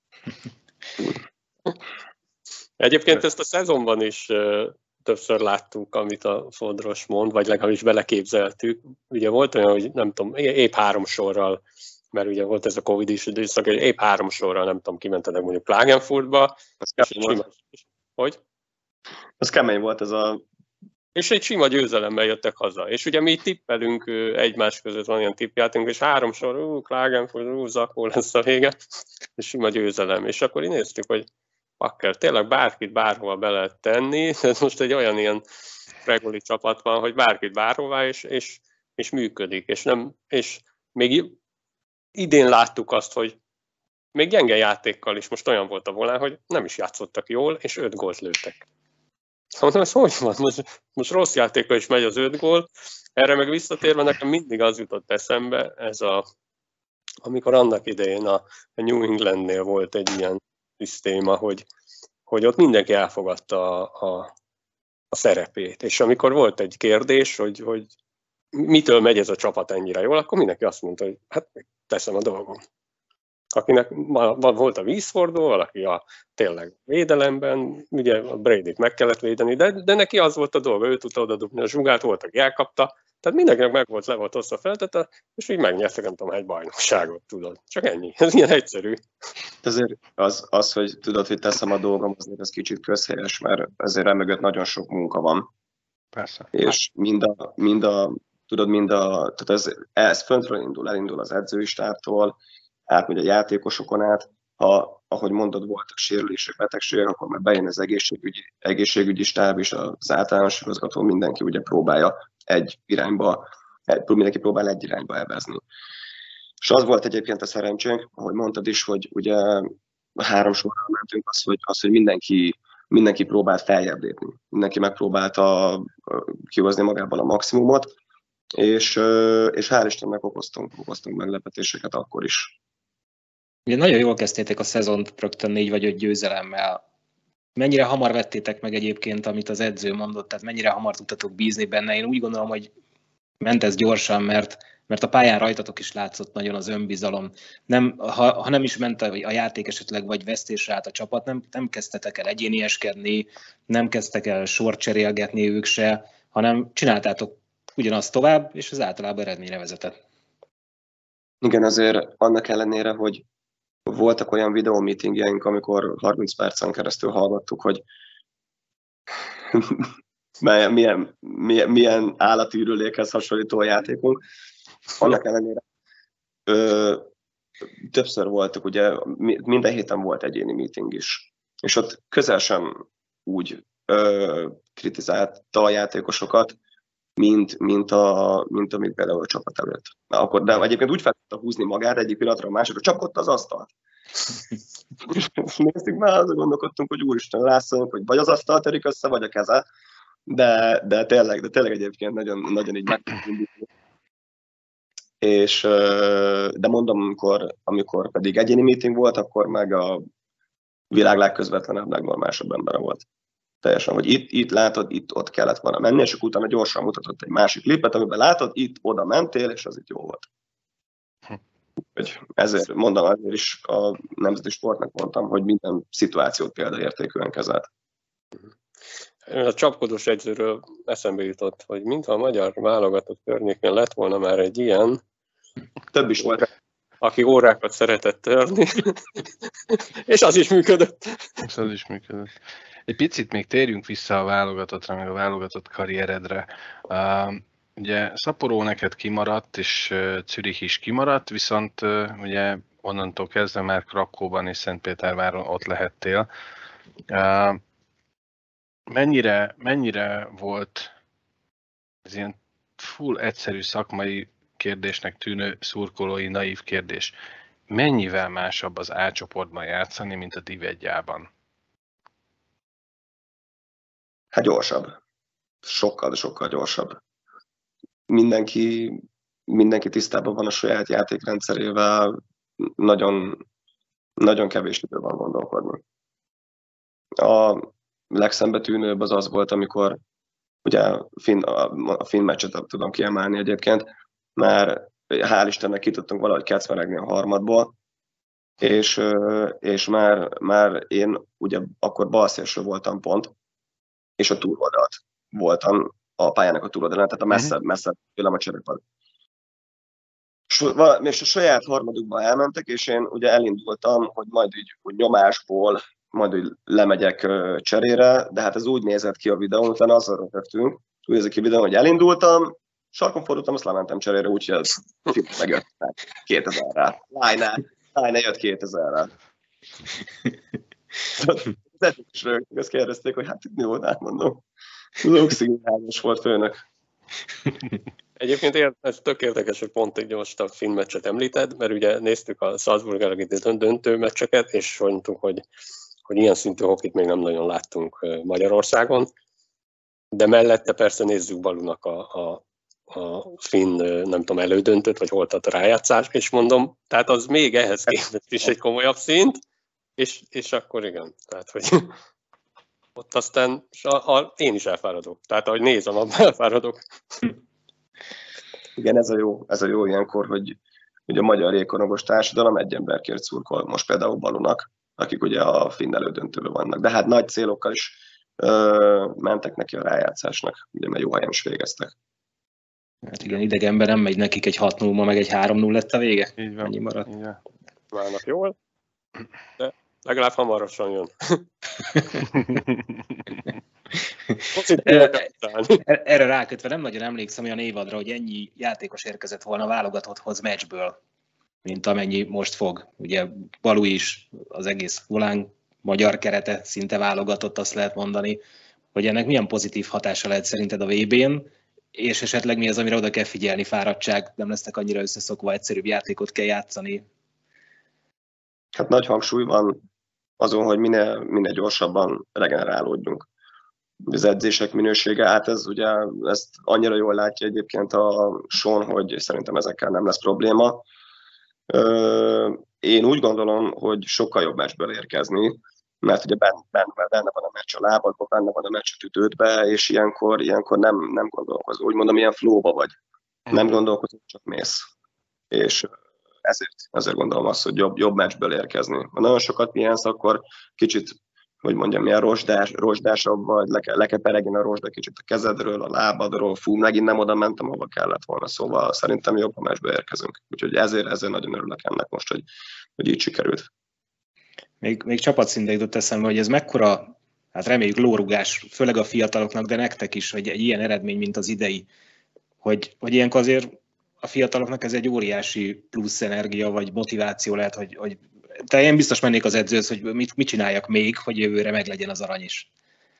[SPEAKER 1] Egyébként ezt a szezonban is uh, többször láttuk, amit a Fodros mond, vagy legalábbis beleképzeltük. Ugye volt olyan, hogy nem tudom, épp három sorral, mert ugye volt ez a Covid-is időszak, és épp három sorral, nem tudom, kimentenek mondjuk Klagenfurtba. Sima... Hogy?
[SPEAKER 3] Az kemény volt ez a...
[SPEAKER 1] És egy sima győzelemmel jöttek haza. És ugye mi tippelünk egymás között, van ilyen tippjátunk, és három sor, ú, Klagenfurt, ú, Zakó lesz a vége, és sima győzelem. És akkor így néztük, hogy bakker, tényleg bárkit bárhova be lehet tenni, ez most egy olyan ilyen regoli csapat van, hogy bárkit bárhová, és, és, és működik. És, nem, és még idén láttuk azt, hogy még gyenge játékkal is most olyan volt a Volán, hogy nem is játszottak jól, és öt gólt lőttek. Mondom, ez hogy van? Most, most rossz játékkal is megy az öt gól. Erre meg visszatérve nekem mindig az jutott eszembe, ez a, amikor annak idején a, a New Englandnél volt egy ilyen szisztéma, hogy, hogy ott mindenki elfogadta a, a, a szerepét. És amikor volt egy kérdés, hogy, hogy mitől megy ez a csapat ennyire jól, akkor mindenki azt mondta, hogy hát teszem a dolgom. Akinek volt a vízfordó, valaki a tényleg védelemben, ugye a Bradyt meg kellett védeni, de, de neki az volt a dolga, ő tudta oda dugni a zsugát, volt, aki elkapta, tehát mindenkinek meg volt, le volt hosszú a feltete, és így megnyertek, nem tudom, egy bajnokságot, tudod. Csak ennyi, ez ilyen egyszerű.
[SPEAKER 3] Azért az, az, hogy tudod, hogy teszem a dolgom, azért ez kicsit közhelyes, mert ezért emögött nagyon sok munka van.
[SPEAKER 2] Persze.
[SPEAKER 3] És mind a, mind a tudod, mind a, tehát ez, ez föntről indul, elindul az edzői stábtól, átmegy a játékosokon át, ha, ahogy mondod, voltak sérülések, betegségek, akkor már bejön az egészségügyi, egészségügyi stáb és az általános igazgató, mindenki ugye próbálja egy irányba, mindenki próbál egy irányba elvezni. És az volt egyébként a szerencsénk, ahogy mondtad is, hogy ugye három sorral mentünk, az, hogy, az, hogy mindenki, mindenki próbált feljebb lépni. Mindenki megpróbálta kihozni magából a maximumot, és, és hál' Istennek okoztunk, okoztunk meglepetéseket akkor is.
[SPEAKER 4] Ugye nagyon jól kezdtétek a szezont rögtön négy vagy öt győzelemmel. Mennyire hamar vettétek meg egyébként, amit az edző mondott, tehát mennyire hamar tudtatok bízni benne? Én úgy gondolom, hogy ment ez gyorsan, mert, mert a pályán rajtatok is látszott nagyon az önbizalom. Nem, ha, ha nem is ment a, a játék esetleg, vagy vesztésre állt a csapat, nem, nem kezdtetek el egyénieskedni, nem kezdtek el sort cserélgetni ők se, hanem csináltátok ugyanazt tovább, és az általában eredményre vezetett.
[SPEAKER 3] Igen, azért annak ellenére, hogy voltak olyan videómeetingjeink, amikor harminc percen keresztül hallgattuk, hogy milyen, milyen, milyen állati ürülékhez hasonlító a játékunk. Annak ellenére ö, többször voltak, ugye minden héten volt egyéni meeting is, és ott közel sem úgy ö, kritizálta a játékosokat, mint, mint, a, mint amik például a csapat előtt. Na, akkor, de egyébként úgy fel tudta húzni magát egyik pillanatra a másikra, csapkodta az asztalt. Néztük már, azon gondolkodtunk, hogy úristen, rászolunk, hogy vagy az asztal törik össze, vagy a keze, de, de, tényleg, de tényleg egyébként nagyon, nagyon így meg és de mondom, amikor, amikor pedig egyéni meeting volt, akkor meg a világ legközvetlenebb, legnormálisabb embere volt. Teljesen, hogy itt, itt látod, itt ott kellett volna menni, és utána gyorsan mutatott egy másik klipet, amiben látod, itt oda mentél, és az itt jó volt. Hogy ezért mondom, azért is a nemzeti sportnak mondtam, hogy minden szituációt példaértékűen kezelt.
[SPEAKER 1] A csapkodós edzőről eszembe jutott, hogy mintha a magyar válogatott környékén lett volna már egy ilyen,
[SPEAKER 3] több is volt,
[SPEAKER 1] aki órákat szeretett törni, és az is működött.
[SPEAKER 2] És az is működött. Egy picit még térjünk vissza a válogatottra, meg a válogatott karrieredre. Uh, ugye Szaporó neked kimaradt, és uh, Zürich is kimaradt, viszont uh, ugye onnantól kezdve már Krakóban és Szentpéterváron ott lehettél. Uh, mennyire, mennyire volt ez ilyen full egyszerű szakmai kérdésnek tűnő szurkolói naív kérdés? Mennyivel másabb az A csoportban játszani, mint a Div egyában?
[SPEAKER 3] Hát gyorsabb. Sokkal, sokkal gyorsabb. Mindenki, mindenki tisztában van a saját játékrendszerével, nagyon, nagyon kevés idő van gondolkodni. A legszembetűnőbb az az volt, amikor ugye a finn, a, a finn meccset tudom kiemelni egyébként, mert hál' Istennek ki tudtunk valahogy kecmeregni a harmadból, és, és már, már én ugye akkor balszélső voltam pont, és a túloldalt voltam a pályának a túloldalán, tehát a messzebb, messzebb tőlem a cserepad. És a saját harmadukba elmentek, és én ugye elindultam, hogy majd így hogy nyomásból, majd úgy lemegyek cserére, de hát ez úgy nézett ki a videón, utána azzal rögtünk, úgy nézett ki a videón, hogy elindultam, sarkon fordultam, azt lementem cserére, úgyhogy ez megjött kétezerrel. Lájnál, lájnál jött kétezerrel. Az egyik is rögtünk, azt kérdezték, hogy hát itt mi volt, átmondom. Az oxigénházas volt főnök.
[SPEAKER 1] Egyébként ez tök érdekes, hogy pont egy most a finn meccset említed, mert ugye néztük a Salzburg döntő meccseket, és mondtuk, hogy, hogy ilyen szintű hokit még nem nagyon láttunk Magyarországon, de mellette persze nézzük Balunak a, a, a finn, nem tudom, elődöntőt, vagy hol tart a rájátszás, és mondom, tehát az még ehhez képest is egy komolyabb szint, és, és akkor igen, tehát hogy ott aztán a, a, én is elfáradok, tehát ahogy nézem, abban elfáradok.
[SPEAKER 3] Igen, ez a jó, ez a jó ilyenkor, hogy ugye a magyar jégkorongos társadalom egy emberkért szurkol, most például Balunak, akik ugye a finn elődöntőben vannak. De hát nagy célokkal is ö, mentek neki a rájátszásnak, ugye mert jó helyen is végeztek.
[SPEAKER 4] Hát igen, idegenben nem megy nekik egy hat null, ma meg egy három null lett a vége.
[SPEAKER 2] Így van.
[SPEAKER 4] Ennyi maradt.
[SPEAKER 2] Így van.
[SPEAKER 1] Válnak jól, de legalább hamarosan jön.
[SPEAKER 4] Erre rákötve nem nagyon emlékszem olyan évadra, hogy ennyi játékos érkezett volna válogatotthoz meccsből, mint amennyi most fog. Ugye Balu is, az egész volán magyar kerete szinte válogatott, azt lehet mondani, hogy ennek milyen pozitív hatása lehet szerinted a vé bén, és esetleg mi az, amire oda kell figyelni, fáradtság, nem lesznek annyira összeszokva, egyszerűbb játékot kell játszani.
[SPEAKER 3] Hát nagy hangsúly van azon, hogy minél, minél gyorsabban regenerálódjunk. Az edzések minősége, hát ez ugye ezt annyira jól látja egyébként a Sean, hogy szerintem ezekkel nem lesz probléma. Én úgy gondolom, hogy sokkal jobb meccsből érkezni, mert ugye benne, benne, benne van a meccs a lábadban, benne van a meccs a tüdődbe, és ilyenkor, ilyenkor nem, nem gondolkozol. Úgy mondom, ilyen flowba vagy. Nem gondolkozol, csak mész. És ezért, ezért gondolom azt, hogy jobb, jobb meccsből érkezni. Ha nagyon sokat pihensz, akkor kicsit, hogy mondjam, ilyen rozsdás, rozsdásabb vagy, le kell, le kell peregni a rozsda kicsit a kezedről, a lábadról, fú, megint nem oda mentem, ahova kellett volna, szóval szerintem jobb, ha meccsbe érkezünk. Úgyhogy ezért, ezért nagyon örülök ennek most, hogy, hogy így sikerült.
[SPEAKER 4] Még, még csapatszinten jutott eszembe, hogy ez mekkora, hát reméljük lórugás, főleg a fiataloknak, de nektek is, hogy egy ilyen eredmény, mint az idei, hogy, hogy ilyenkor azért a fiataloknak ez egy óriási plusz energia, vagy motiváció lehet, hogy, hogy te én biztos mennék az edzőhöz, hogy mit, mit csináljak még, hogy jövőre meglegyen az arany is.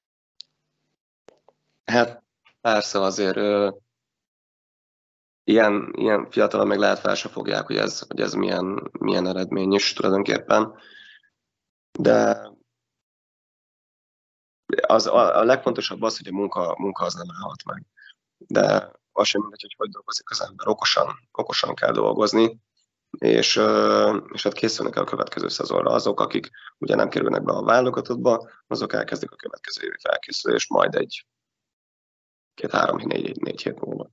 [SPEAKER 3] Hát persze azért ö, ilyen, ilyen fiatalon meg lehet fel se fogják, hogy ez, hogy ez milyen, milyen eredmény is tulajdonképpen. De az, a, a legfontosabb az, hogy a munka, munka az nem állhat meg. De az sem mindegy, hogy hogy dolgozik az ember. Okosan, okosan kell dolgozni, és, és hát készülnek el a következő szezonra. Azok, akik ugye nem kerülnek be a válogatottba, azok elkezdik a következő évi felkészülést, majd egy két-három, négy, négy hét múlva.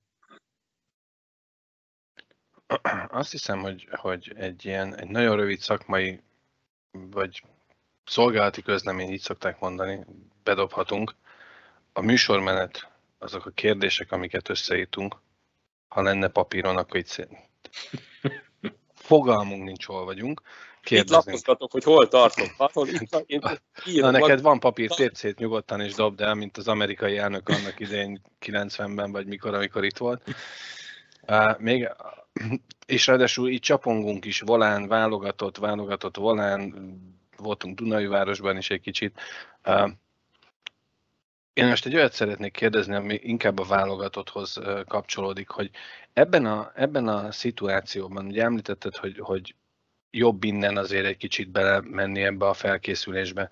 [SPEAKER 2] Azt hiszem, hogy, hogy egy ilyen egy nagyon rövid szakmai vagy szolgálati közlemény, így szokták mondani, bedobhatunk. A műsormenet, azok a kérdések, amiket összeírtunk, ha lenne papíron, akkor itt szépen. Fogalmunk nincs, hol vagyunk.
[SPEAKER 1] Itt lapoztatok, hogy hol tartok. Ahol itt, itt, itt,
[SPEAKER 2] Na, neked van papír, tépd szét nyugodtan és dobd el, mint az amerikai elnök annak idején kilencvenben, vagy mikor, amikor itt volt. Uh, még, és ráadásul itt csapongunk is, volán, válogatott, válogatott, volán, voltunk Dunajvárosban is egy kicsit. Uh, én most egy olyat szeretnék kérdezni, ami inkább a válogatotthoz kapcsolódik, hogy ebben a, ebben a szituációban, ugye említetted, hogy, hogy jobb innen azért egy kicsit belemenni ebbe a felkészülésbe.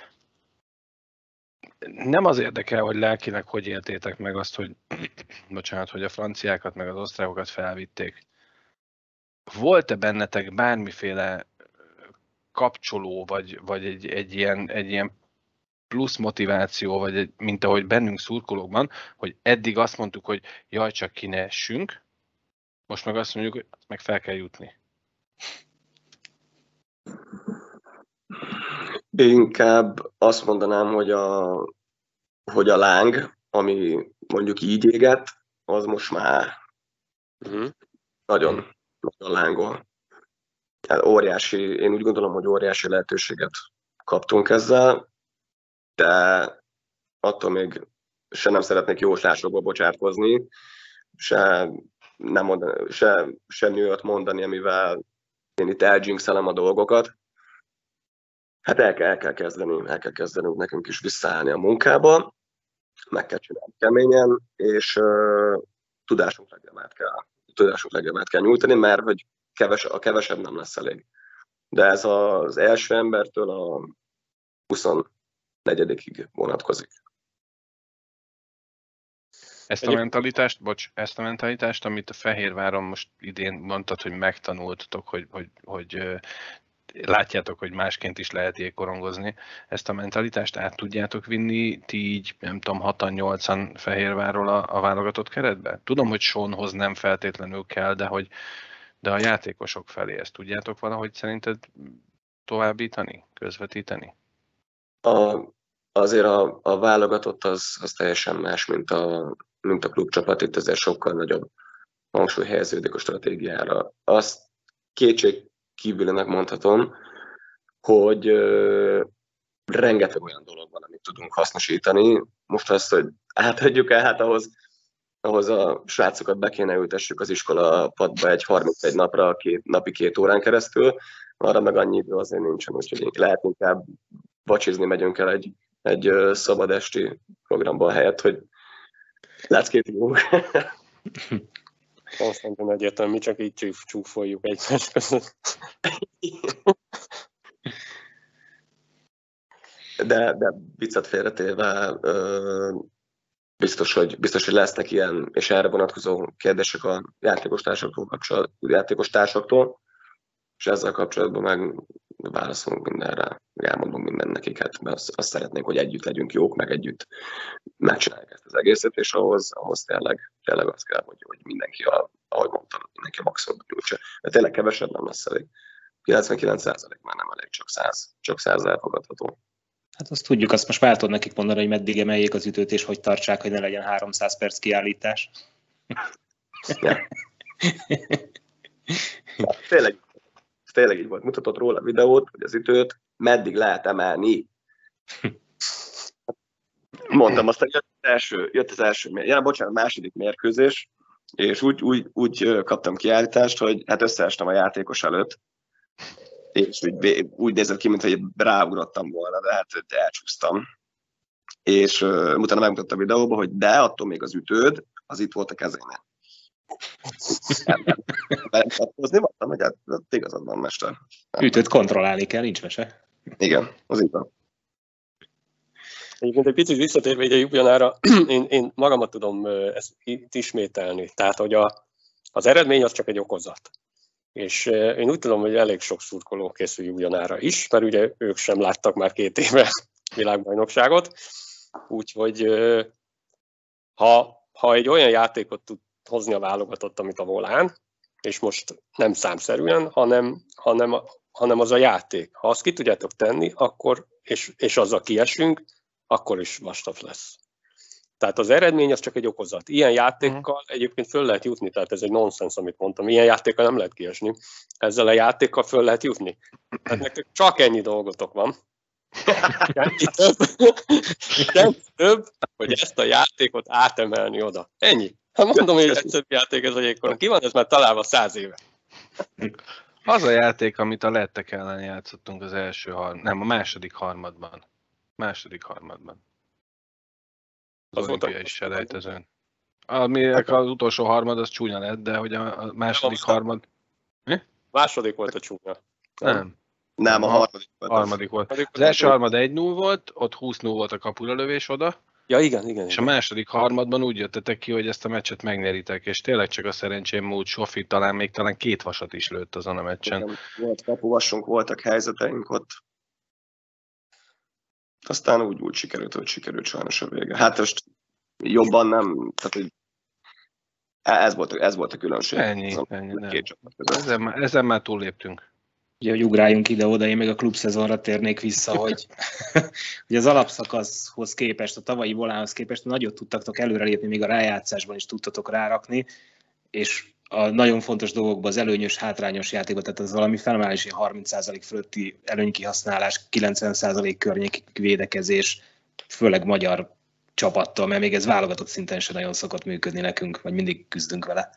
[SPEAKER 2] Nem az érdekel, hogy lelkileg hogy éltétek meg azt, hogy, bocsánat, hogy a franciákat meg az osztrákokat felvitték. Volt-e bennetek bármiféle kapcsoló, vagy, vagy egy, egy, ilyen, egy ilyen plusz motiváció, vagy egy, mint ahogy bennünk szurkolókban, hogy eddig azt mondtuk, hogy jaj, csak ki ne essünk, most meg azt mondjuk, hogy meg fel kell jutni.
[SPEAKER 3] Inkább azt mondanám, hogy a, hogy a láng, ami mondjuk így éget, az most már uh-huh. nagyon, nagyon lángol. Hát óriási, én úgy gondolom, hogy óriási lehetőséget kaptunk ezzel, de attól még se nem szeretnék jóslásokba bocsátkozni, se, nem mondani, se semmi olyat mondani, amivel én itt eldzsinxelem a dolgokat. Hát el kell, el kell kezdeni, el kell kezdenünk nekünk is visszaállni a munkába, meg kell csinálni keményen, és uh, tudásunk legjobbát kell, tudásunk legjobbát kell nyújtani, mert hogy keves, a kevesebb nem lesz elég. De ez az első embertől a huszonnegyedikig vonatkozik.
[SPEAKER 2] Ezt a mentalitást, bocs, ezt a mentalitást, amit a Fehérváron most idén mondtad, hogy megtanultatok, hogy, hogy, hogy látjátok, hogy másként is lehet jégkorongozni. Ezt a mentalitást át tudjátok vinni ti így, nem tudom, hatan nyolcan Fehérvárról a, a válogatott keretbe? Tudom, hogy Seanhoz nem feltétlenül kell, de hogy de a játékosok felé ezt tudjátok valahogy szerinted továbbítani, közvetíteni?
[SPEAKER 3] A, azért a, a válogatott az, az teljesen más, mint a, mint a klubcsapat, itt azért sokkal nagyobb hangsúly helyeződik a stratégiára. Azt kétség kívülinek mondhatom, hogy ö, rengeteg olyan dolog van, amit tudunk hasznosítani. Most azt, hogy átadjuk-e, hát ahhoz, ahhoz a srácokat be kéne ültessük az iskola padba egy harmincegy napra, két, napi két órán keresztül, arra meg annyi idő azért nincsen, úgyhogy lehet inkább vacsizni megyünk el egy, egy szabad esti programban helyett, hogy leckétjünk.
[SPEAKER 1] Konstantin egyértelmű, mi csak így csúf, csúfoljuk egymás között.
[SPEAKER 3] De, de viccet félretéve, biztos hogy, biztos, hogy lesznek ilyen, és erre vonatkozó kérdések a játékos társaktól, játékos társaktól, és ezzel kapcsolatban meg válaszolunk mindenre, meg elmondunk minden nekik, hát azt, azt szeretnénk, hogy együtt legyünk jók, meg együtt megcsináljuk ezt az egészet, és ahhoz, ahhoz tényleg, tényleg az kell, hogy, hogy mindenki, a, ahogy mondtam, mindenki a maximumot nyújtsa. De tényleg kevesebb nem lesz elég. kilencvenkilenc százalék már nem elég, csak száz, csak száz elfogadható.
[SPEAKER 4] Hát azt tudjuk, azt most már tudod nekik mondani, hogy meddig emeljék az ütőt, és hogy tartsák, hogy ne legyen háromszáz perc kiállítás.
[SPEAKER 3] Ja. Tényleg, tényleg így volt. Mutatott róla videót, hogy az ütőt meddig lehet emelni. Mondtam azt, hogy jött az első, jött az első ja, bocsánat, második mérkőzés, és úgy, úgy, úgy kaptam kiállítást, hogy hát összeestem a játékos előtt, és úgy, úgy nézett ki, mintha ráugrottam volna, de hát elcsúsztam. És uh, utána megmutatta a videóban, hogy de attól még az ütőd, az itt volt a kezénél. Beletkozni mondtam, hogy hát igazad van, mester.
[SPEAKER 4] Ütőt kontrollálni kell, nincs mese.
[SPEAKER 3] Igen, az így van.
[SPEAKER 1] Egyébként egy picit visszatérve egy a Ljubljanára, én, én magamat tudom ezt ismételni. Tehát, hogy a, az eredmény az csak egy okozat. És én úgy tudom, hogy elég sok szurkoló készül Ljubljanára is, mert ugye ők sem láttak már két éve világbajnokságot. Úgyhogy ha, ha egy olyan játékot tud hozni a válogatott, amit a Volán, és most nem számszerűen, hanem, hanem, hanem az a játék. Ha azt ki tudjátok tenni, akkor, és, és azzal kiesünk, akkor is vastag lesz. Tehát az eredmény az csak egy okozat. Ilyen játékkal egyébként föl lehet jutni, tehát ez egy nonsens, amit mondtam. Ilyen játékkal nem lehet kiesni. Ezzel a játékkal föl lehet jutni. Tehát nektek csak ennyi dolgotok van. Ennyi több, ennyi több, hogy ezt a játékot átemelni oda. Ennyi. Hát mondom, hogy egyszerű játék ez a jégkorong. Ki van ez már találva száz éve?
[SPEAKER 2] Az a játék, amit a lettek ellen játszottunk az első harmad, nem, a második harmadban. Második harmadban. Az, az olimpiai selejtezőn. Aminek az utolsó harmad az csúnya lett, de hogy a második harmad... Mi?
[SPEAKER 1] Második volt a csúnya.
[SPEAKER 2] Nem.
[SPEAKER 3] Nem, a harmadik volt.
[SPEAKER 2] Harmadik volt. Az első harmad egy null volt, ott húsz null volt a kapura lövés oda.
[SPEAKER 1] Ja, igen, igen.
[SPEAKER 2] És
[SPEAKER 1] igen.
[SPEAKER 2] a második harmadban úgy jöttetek ki, hogy ezt a meccset megnyeritek, és tényleg csak a szerencsém múlt, Sofi talán még talán két vasat is lőtt azon a meccsen.
[SPEAKER 3] Igen, volt kapuvasunk, voltak helyzeteink ott. Aztán úgy, úgy sikerült, hogy sikerült sajnos a vége. Hát most jobban nem, tehát hogy ez volt, ez volt a különbség.
[SPEAKER 2] Ennyi, ennyi ezen, már, ezen már túlléptünk.
[SPEAKER 4] Ugye, hogy ugráljunk ide-oda, én még a klubszezonra térnék vissza, hogy, hogy az alapszakaszhoz képest, a tavalyi Volánhoz képest nagyot tudtatok előrelépni, még a rájátszásban is tudtatok rárakni, és a nagyon fontos dolgokban az előnyös, hátrányos játékban, tehát az valami felemelési harminc százalék fölötti előnykihasználás, kilencven százalék környéki védekezés, főleg magyar csapattól, mert még ez válogatott szinten sem nagyon szokott működni nekünk, vagy mindig küzdünk vele.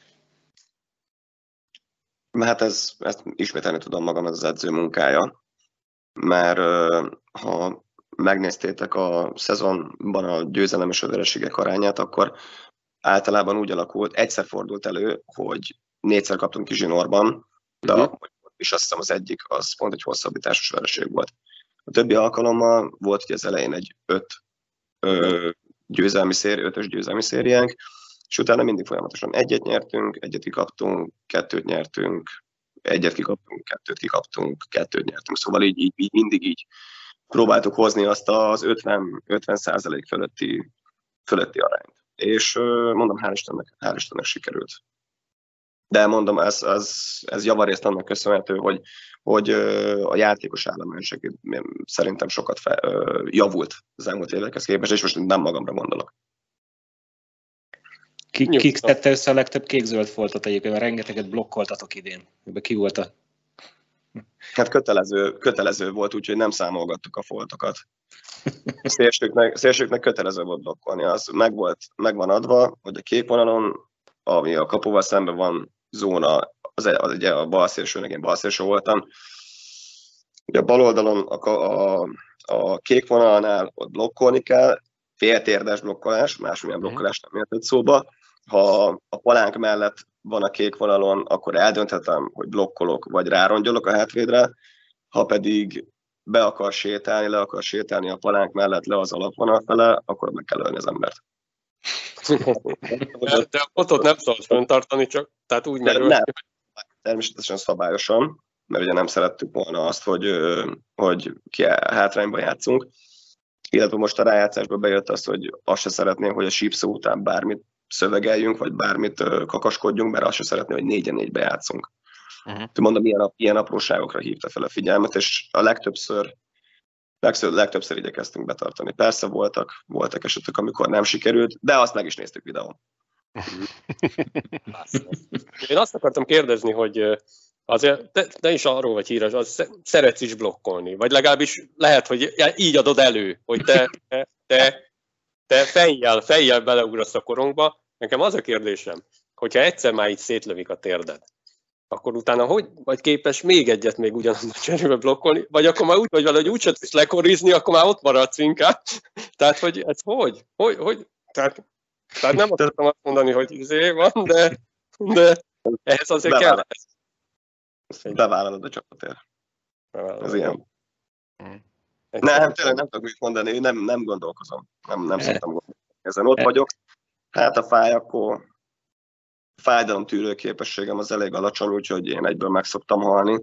[SPEAKER 3] Hát ez, ezt ismételni tudom magam, ez az edző munkája, mert ha megnéztétek a szezonban a győzelem és a vereségek arányát, akkor általában úgy alakult, egyszer fordult elő, hogy négyszer kaptunk Kizsinorban, de uh-huh. és azt hiszem az egyik, az pont egy hosszabbításos vereség volt. A többi alkalommal volt, hogy az elején egy öt ö, győzelmi széri, ötös győzelmi szériánk, és utána mindig folyamatosan egyet nyertünk, egyet kikaptunk, kettőt nyertünk, egyet kikaptunk, kettőt kikaptunk, kettőt nyertünk, szóval így, így, így mindig így próbáltuk hozni azt az ötven százalék fölötti, fölötti arányt. És mondom, hál' Istennek, hál' Istennek sikerült. De mondom, ez, ez, ez javarészt annak köszönhető, hogy, hogy a játékos állományosság szerintem sokat fel, javult az elmúlt évekhez képest, és most nem magamra gondolok.
[SPEAKER 4] Ki, kik tette össze a legtöbb kék-zöld foltot egyébként, mert rengeteget blokkoltatok idén. Ebben ki volt a...
[SPEAKER 3] Hát kötelező, kötelező volt, úgyhogy nem számolgattuk a foltokat. A szélsőknek, szélsőknek kötelező volt blokkolni. Az meg, volt, meg van adva, hogy a kék vonalon, ami a kapuval szemben van zóna, az, az ugye a bal szélsőnek, én bal szélső voltam. Ugye a bal oldalon a, a, a kék vonalnál ott blokkolni kell, féltérdes blokkolás, másmilyen blokkolás nem értett szóba. Ha a palánk mellett van a kék vonalon, akkor eldönthetem, hogy blokkolok, vagy rárongyolok a hátvédre. Ha pedig be akar sétálni, le akar sétálni a palánk mellett le az alapvonal fele, akkor meg kell ölni az embert.
[SPEAKER 1] De, de a fotót nem szabad fenntartani, csak tehát úgy
[SPEAKER 3] megölni. Nem, természetesen szabályosan, mert ugye nem szerettük volna azt, hogy, hogy ki hátrányban játszunk. Illetve most a rájátszásba bejött az, hogy azt se szeretném, hogy a sípszó után bármit szövegeljünk, vagy bármit kakaskodjunk, mert azt se szeretném, hogy négyen négybe játszunk. Uh-huh. Mondom, ilyen, ilyen apróságokra hívta fel a figyelmet, és a legtöbbször, legtöbbször, legtöbbször igyekeztünk betartani. Persze voltak, voltak esetek, amikor nem sikerült, de azt meg is néztük videón.
[SPEAKER 1] Én azt akartam kérdezni, hogy azért te, te is arról vagy híres, az szeretsz is blokkolni, vagy legalábbis lehet, hogy így adod elő, hogy te, te, te, te fejjel, fejjel beleugrasz a korongba. Nekem az a kérdésem, hogyha egyszer már így szétlövik a térded, akkor utána hogy vagy képes még egyet még ugyanabban a cserébe blokkolni, vagy akkor már úgy vagy vele, hogy úgyse tudsz lekorizni, akkor már ott maradsz inkább. Tehát, hogy ez hogy? Hogy? hogy? Tehát, tehát nem akartam azt mondani, hogy izé van, de, de ehhez azért kell.
[SPEAKER 3] Bevállalod a csapatért. Ez ilyen. Nem, tényleg nem tudok mit mondani, nem, nem gondolkozom. Nem, nem szoktam gondolni. Ezen ott vagyok. Hát a fáj, akkor fájdalomtűrő képességem az elég alacsony, úgyhogy én egyből meg szoktam halni.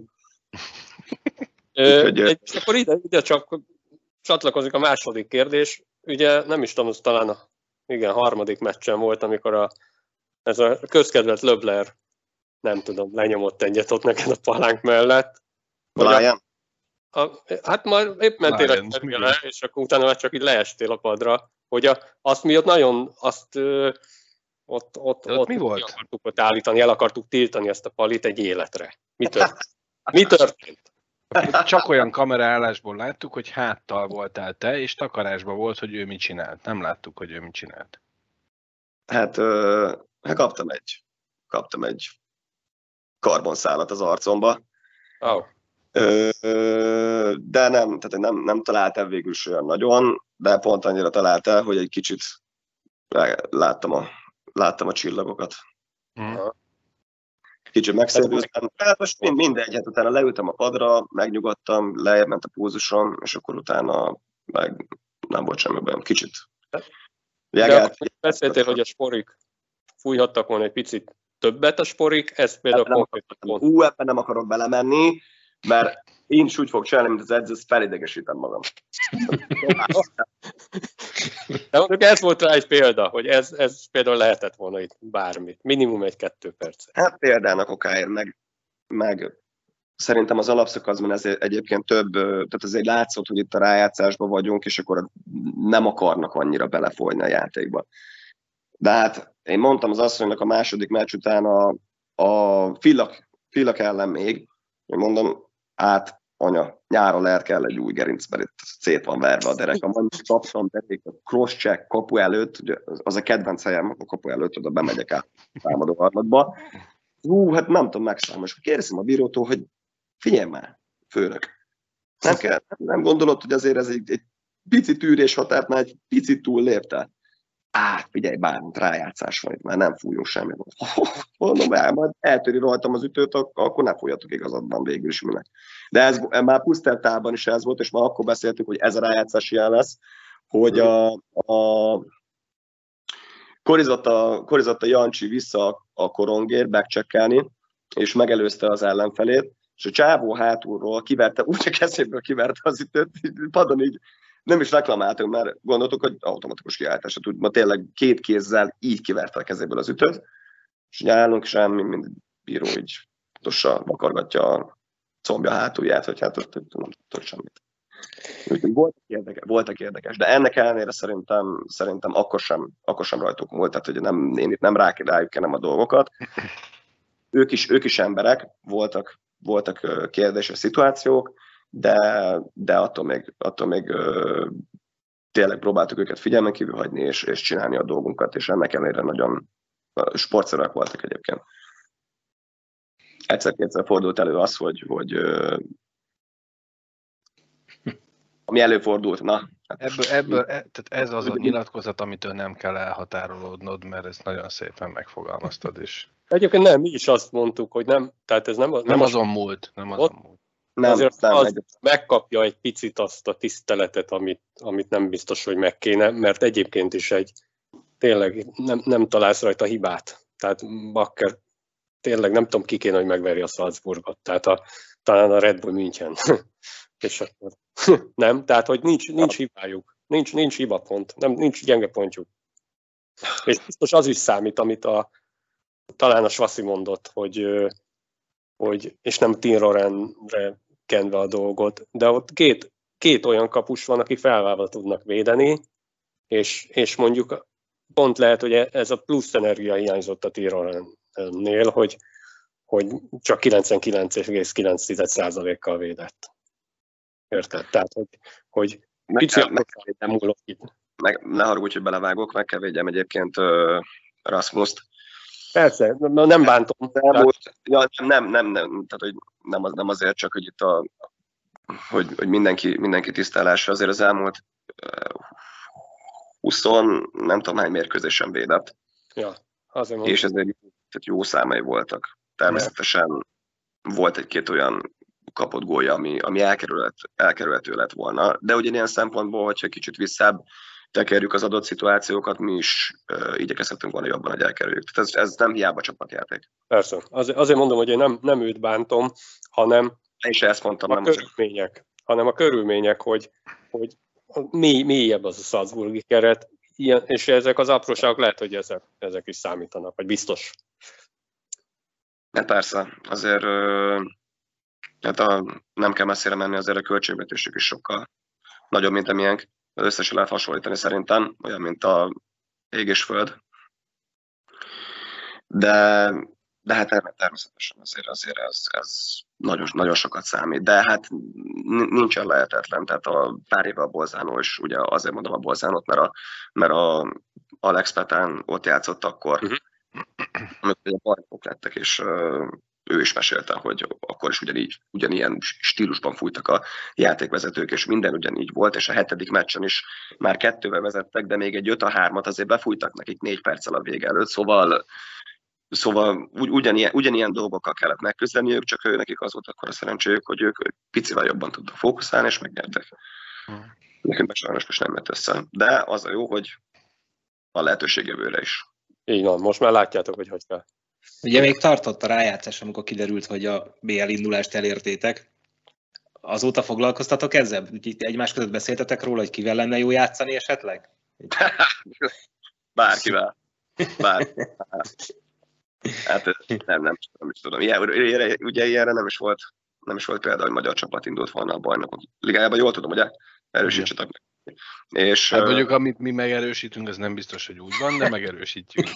[SPEAKER 1] Úgyhogy, Ö, és akkor ide, ide csak csatlakozik a második kérdés. Ugye nem is tudom, az talán a igen, harmadik meccsen volt, amikor a, ez a közkedvelt Löbler, nem tudom, lenyomott egyet ott neked a palánk mellett.
[SPEAKER 3] Lion?
[SPEAKER 1] A, a, hát már épp mentél a le, és akkor utána már csak így leestél a padra, hogy a, azt mi ott nagyon, azt ö, ott, ott, ott,
[SPEAKER 2] ott mi volt?
[SPEAKER 1] akartuk ott állítani, el akartuk tiltani ezt a palit egy életre. Mi történt? Mi történt?
[SPEAKER 2] Csak olyan kameraállásból láttuk, hogy háttal voltál te, és takarásban volt, hogy ő mit csinált. Nem láttuk, hogy ő mit csinált.
[SPEAKER 3] Hát, ö, hát kaptam egy, kaptam egy karbonszálat az arcomba.
[SPEAKER 1] Oh.
[SPEAKER 3] Ö, ö, de nem, tehát nem, nem talált el végül is olyan nagyon, de pont annyira talált el, hogy egy kicsit láttam a, láttam a csillagokat. Hmm. Kicsit megszédültem. Hát most mindegy, hát utána leültem a padra, megnyugodtam, lejjebb ment a pulzusom, és akkor utána meg nem volt semmi bajom. Kicsit.
[SPEAKER 1] Jegelt, de beszéltél, hogy a sporik fújhattak volna egy picit többet a sporik, ez például konkrétan pont.
[SPEAKER 3] Ú, ebben nem akarok belemenni, mert én is úgy fogok csinálni, mint az edző, felidegesítem magam.
[SPEAKER 1] De mondjuk ez volt rá egy példa, hogy ez, ez például lehetett volna itt bármit. Minimum egy-kettő perc.
[SPEAKER 3] Hát példának okáért, meg, meg szerintem az alapszakaszban ez egyébként több, tehát azért látszott, hogy itt a rájátszásban vagyunk, és akkor nem akarnak annyira belefolyni a játékba. De hát én mondtam az asszonynak a második meccs után a, a fillak, fillak ellen még, én mondom, hát anya, nyáron lehet kell egy új gerinc, mert itt szét van verve a derek. A mannyit kaptam, tették a cross-check kapu előtt, ugye az a kedvenc helyem, a kapu előtt, oda bemegyek át a támadó harmadba. Hú, hát nem tudom megszámolni. És kérdezem a bírótól, hogy figyelj már, főnök, nem kell, nem gondolod, hogy azért ez egy, egy pici tűrés határt már egy picit túl lépte? Á, figyelj, bármint rájátszás van itt, már nem fújunk semmit. Mondom, el, majd eltöri rajtam az ütőt, akkor ne fújjatok igazadban végül is minek. De ez már Pusztertában is ez volt, és már akkor beszéltük, hogy ez a rájátszás ilyen lesz, hogy a, a Korizotta, Korizotta Jancsi vissza a korongért backcheckelni, és megelőzte az ellenfelét, és a csávó hátulról kiverte, úgy a kezéből kiverte az ütőt, padon így nem is reklamáltunk, mert gondoltuk, hogy automatikus kiállításra tud, ma tényleg két kézzel így kiverte a kezéből az ütőt, és így állunk, és elmi, mint bíró így tossa vakargatja a combja hátulját, hogy hát ott nem tudtok semmit. Úgyhogy voltak érdekes, voltak érdekes, de ennek ellenére szerintem, szerintem akkor, sem, akkor sem rajtuk múlt, tehát hogy nem, én itt nem rá, rájuk kenem a dolgokat. Ők is, ők is emberek, voltak, voltak kérdéses szituációk, de, de attól még, attól még tényleg próbáltuk őket figyelmen kívül hagyni, és, és csinálni a dolgunkat, és ennek ellenére nagyon sportszerűek voltak egyébként. Egyszer-kétszer fordult elő az, hogy, hogy ami előfordult, na. Hát
[SPEAKER 2] ebből, ebből, e, tehát ez az a nyilatkozat, amitől nem kell elhatárolódnod, mert ezt nagyon szépen megfogalmaztad is.
[SPEAKER 1] Egyébként nem, mi is azt mondtuk, hogy nem, tehát ez nem, nem,
[SPEAKER 2] nem
[SPEAKER 1] az
[SPEAKER 2] azon múlt, nem azon múlt.
[SPEAKER 3] Nem,
[SPEAKER 1] azért
[SPEAKER 3] nem,
[SPEAKER 1] az
[SPEAKER 3] egy...
[SPEAKER 1] megkapja egy picit azt a tiszteletet, amit, amit nem biztos, hogy meg kéne, mert egyébként is egy tényleg nem, nem találsz rajta hibát. Tehát Bakker tényleg nem tudom, ki kéne, hogy megverje a Salzburgot. Tehát a, talán a Red Bull München. És akkor nem, tehát hogy nincs, nincs hibájuk. Nincs, nincs hibapont, nem, nincs gyenge pontjuk. És biztos az is számít, amit a, talán a Svaszi mondott, hogy, hogy és nem Tinrorenre kenve a dolgot, de ott két, két olyan kapus van, akik felválva tudnak védeni, és, és mondjuk pont lehet, hogy ez a plusz energia hiányzott a Tinrorennél, hogy, hogy csak kilencvenkilenc egész kilenc százalékkal védett. Érted? Tehát, hogy, hogy
[SPEAKER 3] Meg, meg, meg, meg, ne haragudj, hogy belevágok, meg kell védjem egyébként uh, Rasmuszt.
[SPEAKER 1] Persze, nem bántom.
[SPEAKER 3] Nem, tehát... ja, nem, nem, nem, tehát, hogy nem, az, nem azért, csak hogy itt a, hogy, hogy mindenki, mindenki tisztálásra azért az elmúlt uh, húsz, nem tudom hány mérkőzésen védett.
[SPEAKER 1] Ja, azért
[SPEAKER 3] és ezért tehát jó számai voltak. Természetesen ja. Volt egy-két olyan kapott gólja, ami, ami elkerülhet, elkerülhető lett volna. De ugyanilyen szempontból, hogyha kicsit visszább tekerjük az adott szituációkat, mi is uh, igyekezhetünk volna jobban, hogy elkerüljük. Tehát ez, ez nem hiába csapatjáték.
[SPEAKER 1] Persze. Az, azért mondom, hogy én nem, nem őt bántom, hanem
[SPEAKER 3] én is ezt mondtam,
[SPEAKER 1] a
[SPEAKER 3] nem
[SPEAKER 1] körülmények, hanem a körülmények, hogy, hogy mély, mélyebb az a Salzburgi keret, ilyen, és ezek az apróságok lehet, hogy ezek, ezek is számítanak, vagy biztos.
[SPEAKER 3] Hát persze, azért uh, hát a, nem kell messzire menni, azért a költségvetésük is sokkal nagyobb, mint amilyenk. Összesen lehet hasonlítani szerintem, olyan, mint a ég és föld. De, de hát természetesen azért, azért ez, ez nagyon, nagyon sokat számít. De hát nincsen lehetetlen, tehát a pár éve a Bolzánó is, ugye azért mondom a Bolzánót, mert a, mert a Alex Petán ott játszott akkor, uh-huh. amikor a bajnokok lettek, és ő is mesélte, hogy akkor is ugyanígy, ugyanilyen stílusban fújtak a játékvezetők, és minden ugyanígy volt, és a hetedik meccsen is már kettővel vezettek, de még egy öt a hármat azért befújtak nekik négy perccel a vége előtt, szóval, szóval ugy, ugyanilyen, ugyanilyen dolgokkal kellett megküzdeniük, csak ő nekik az volt akkor a szerencséjük, hogy ők picivel jobban tudtak fókuszálni, és megnyertek. Hmm. Nekünk sajnos most nem jött össze. De az a jó, hogy a lehetőség jövőre is.
[SPEAKER 1] Így van, most már látjátok, hogy hogy kell.
[SPEAKER 4] Ugye még tartott a rájátszás, amikor kiderült, hogy a bé el indulást elértétek. Azóta foglalkoztatok ezzel? Úgyhogy egymás között beszéltetek róla, hogy kivel lenne jó játszani esetleg?
[SPEAKER 3] Bárkivel. Bár. Hát nem, nem, nem is tudom. Ilyen, ugye ilyenre nem is volt, nem is volt például, hogy magyar csapat indult volna a bajnokok ligájában. Jól tudom, ugye? Erősítsetek meg. És,
[SPEAKER 2] hát mondjuk, amit mi megerősítünk, az nem biztos, hogy úgy van, de megerősítjük.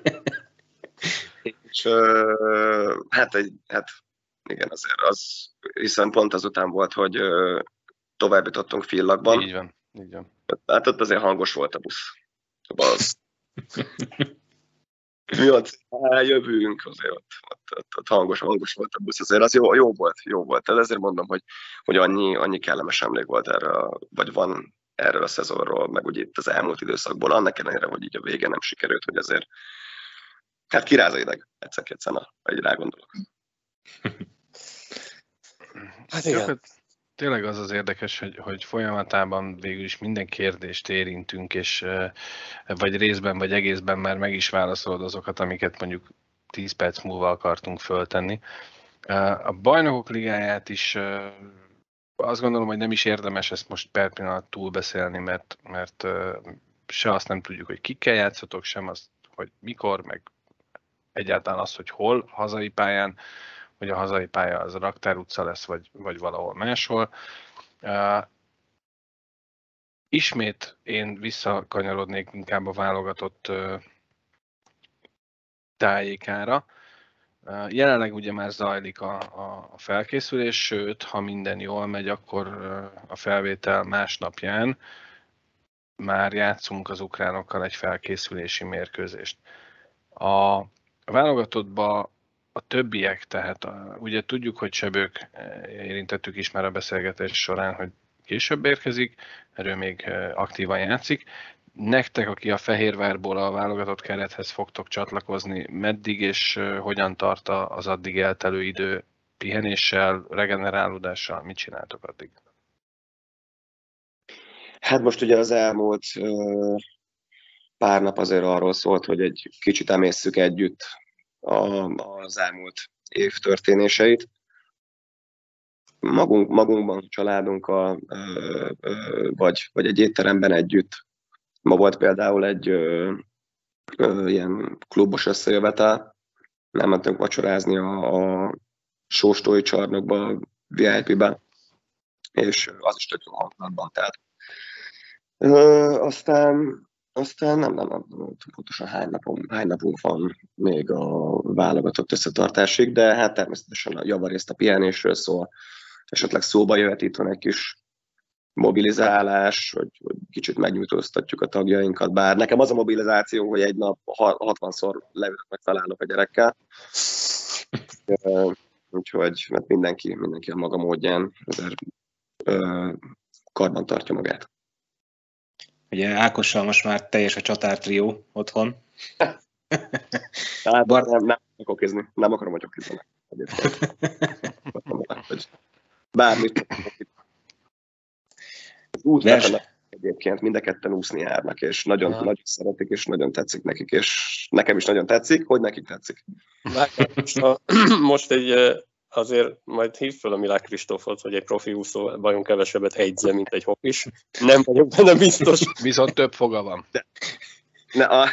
[SPEAKER 3] És hát, egy, hát igen, azért az, hiszen pont azután volt, hogy tovább jutottunk Villagban.
[SPEAKER 2] Így van, így van.
[SPEAKER 3] Hát ott azért hangos volt a busz. Szóval az... Mi ott jövünk, azért ott, ott, ott, ott hangos, hangos volt a busz, azért az jó, jó volt, jó volt. Tehát ezért mondom, hogy, hogy annyi, annyi kellemes emlék volt erre, vagy van erről a szezonról, meg ugye itt az elmúlt időszakból, annak ellenére, hogy így a vége nem sikerült, hogy azért hát kiráz a ideg, egyszer-kétszer, egy rá gondolok.
[SPEAKER 2] Hát igen. Tényleg az az érdekes, hogy, hogy folyamatában végül is minden kérdést érintünk, és vagy részben, vagy egészben már meg is válaszolod azokat, amiket mondjuk tíz perc múlva akartunk föltenni. A Bajnokok Ligáját is azt gondolom, hogy nem is érdemes ezt most per pillanat túlbeszélni, mert, mert se azt nem tudjuk, hogy kikkel játszatok, sem azt, hogy mikor, meg egyáltalán az, hogy hol hazai pályán, hogy a hazai pálya az a Raktár utca lesz, vagy, vagy valahol máshol. Uh, ismét én visszakanyarodnék inkább a válogatott uh, tájékára. Uh, jelenleg ugye már zajlik a, a, a felkészülés, sőt, ha minden jól megy, akkor uh, a felvétel másnapján már játszunk az ukránokkal egy felkészülési mérkőzést. A, a válogatottba a többiek, tehát a, ugye tudjuk, hogy Sebők, érintettük is már a beszélgetés során, hogy később érkezik, erről még aktívan játszik. Nektek, aki a Fehérvárból a válogatott kerethez fogtok csatlakozni, meddig és hogyan tart az addig eltelő idő pihenéssel, regenerálódással, mit csináltok addig?
[SPEAKER 3] Hát most ugye az elmúlt pár nap azért arról szólt, hogy egy kicsit emészszük együtt az elmúlt év történéseit. Magunk, magunkban, családunkkal, vagy, vagy egy étteremben együtt. Ma volt például egy ö, ö, ilyen klubos összejövetel. Nem mentünk vacsorázni a, a Sóstói csarnokba, a vé i pé-be, és az is tök jó hangulatban. Tehát. Ö, aztán Aztán nem, nem, nem, nem pontosan hány, napon, hány napunk van még a válogatott összetartásig, de hát természetesen a javarészt a pihenésről szól, esetleg szóba jöhet itt van egy kis mobilizálás, hogy, hogy kicsit megnyújtóztatjuk a tagjainkat, bár nekem az a mobilizáció, hogy egy nap hatvanszor leülök, meg felállok a gyerekkel, úgyhogy mert mindenki, mindenki a maga módján azért ö, karban tartja magát.
[SPEAKER 4] Ugye Ákossal most már teljes a csatártrió otthon.
[SPEAKER 3] Tehát Bart... nem, nem akarok okizni. Nem akarom, hogy okizzanak. Bármit. Úsznak egyébként, mind a ketten úszni járnak, és nagyon, nagyon szeretik, és nagyon tetszik nekik, és nekem is nagyon tetszik, hogy nekik tetszik.
[SPEAKER 1] Most, a, most egy azért majd hívd fel a Milák Kristófot, hogy egy profi úszó vajon kevesebbet egyzem, mint egy hokis. Nem vagyok benne biztos.
[SPEAKER 2] Viszont több foga van.
[SPEAKER 3] De, ne, a...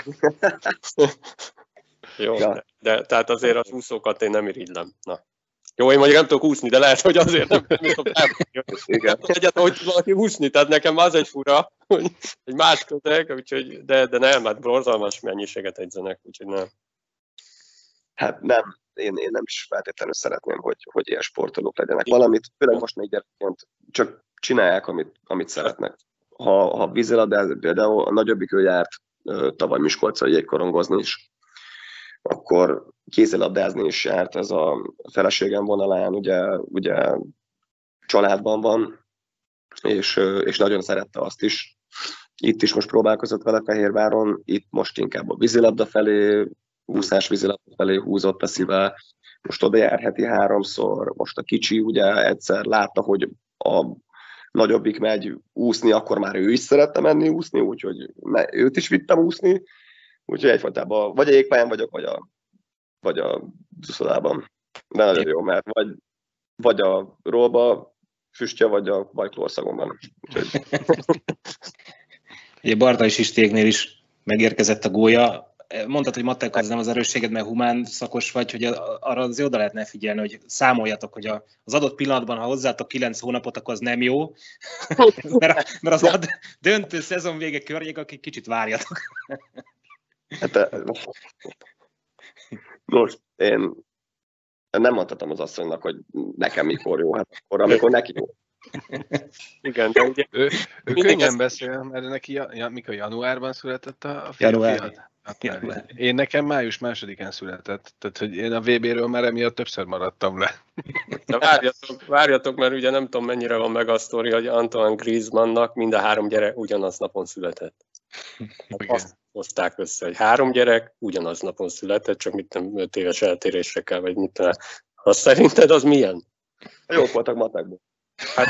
[SPEAKER 1] Jó, ja. de, de tehát azért az úszókat én nem irigylem. Na. Jó, én mondjuk nem tudok úszni, de lehet, hogy azért nem tudom. Igen. Egyáltalán, hogy valaki úszni, tehát nekem az egy fura, hogy egy más közeg, úgyhogy, de, de nem, hát borzalmas mennyiséget egyzenek, úgyhogy nem.
[SPEAKER 3] Hát nem. Én, én nem is feltétlenül szeretném, hogy, hogy ilyen sportolók legyenek. Valamit, főleg most még gyerekként, csak csinálják, amit, amit szeretnek. Ha, ha vízilabdázni, például a nagyobbik ő járt tavaly Miskolcra jégkorongozni is, akkor kézilabdázni is járt, ez a feleségem vonalán, ugye, ugye családban van, és, és nagyon szerette azt is. Itt is most próbálkozott vele Fehérváron, itt most inkább a vízilabda felé, úszás vízilabda felé húzott a szíve, most oda jár heti háromszor, most a kicsi ugye egyszer látta, hogy a nagyobbik megy úszni, akkor már ő is szerette menni úszni, úgyhogy őt is vittem úszni, úgyhogy egyfajtában vagy a jégpályán vagyok, vagy a, vagy a duszodában. De nagyon jó, mert vagy, vagy a Róba füstje, vagy a Bajklóországon van. Úgyhogy...
[SPEAKER 4] Ugye Bartai Istéknél is megérkezett a gólya. Mondtad, hogy matek az nem az erősséged, mert humán szakos vagy, hogy arra azért oda lehetne figyelni, hogy számoljatok, hogy az adott pillanatban, ha hozzátok kilenc hónapot, akkor az nem jó, mert, mert az a döntő szezon vége környék, akik kicsit várjatok.
[SPEAKER 3] Hát, most én nem mondhatom az asszonynak, hogy nekem mikor jó, hát akkor, amikor neki jó.
[SPEAKER 1] Igen, de ugye...
[SPEAKER 2] Ő, ő könnyen ezt... beszél, mert neki ja, mikor januárban született a
[SPEAKER 4] Január.
[SPEAKER 2] Én nekem május másodikán született, tehát hogy én a vé bé-ről már emiatt többször maradtam le.
[SPEAKER 1] De várjatok, várjatok, mert ugye nem tudom mennyire van meg a sztori, hogy Antoine Griezmannnak mind a három gyerek ugyanaz napon született. Hát azt hozták össze, hogy három gyerek ugyanaz napon született, csak mit nem öt éves eltérésre kell, vagy mit talán. Azt szerinted az milyen?
[SPEAKER 3] Jók voltak matekból.
[SPEAKER 1] Hát,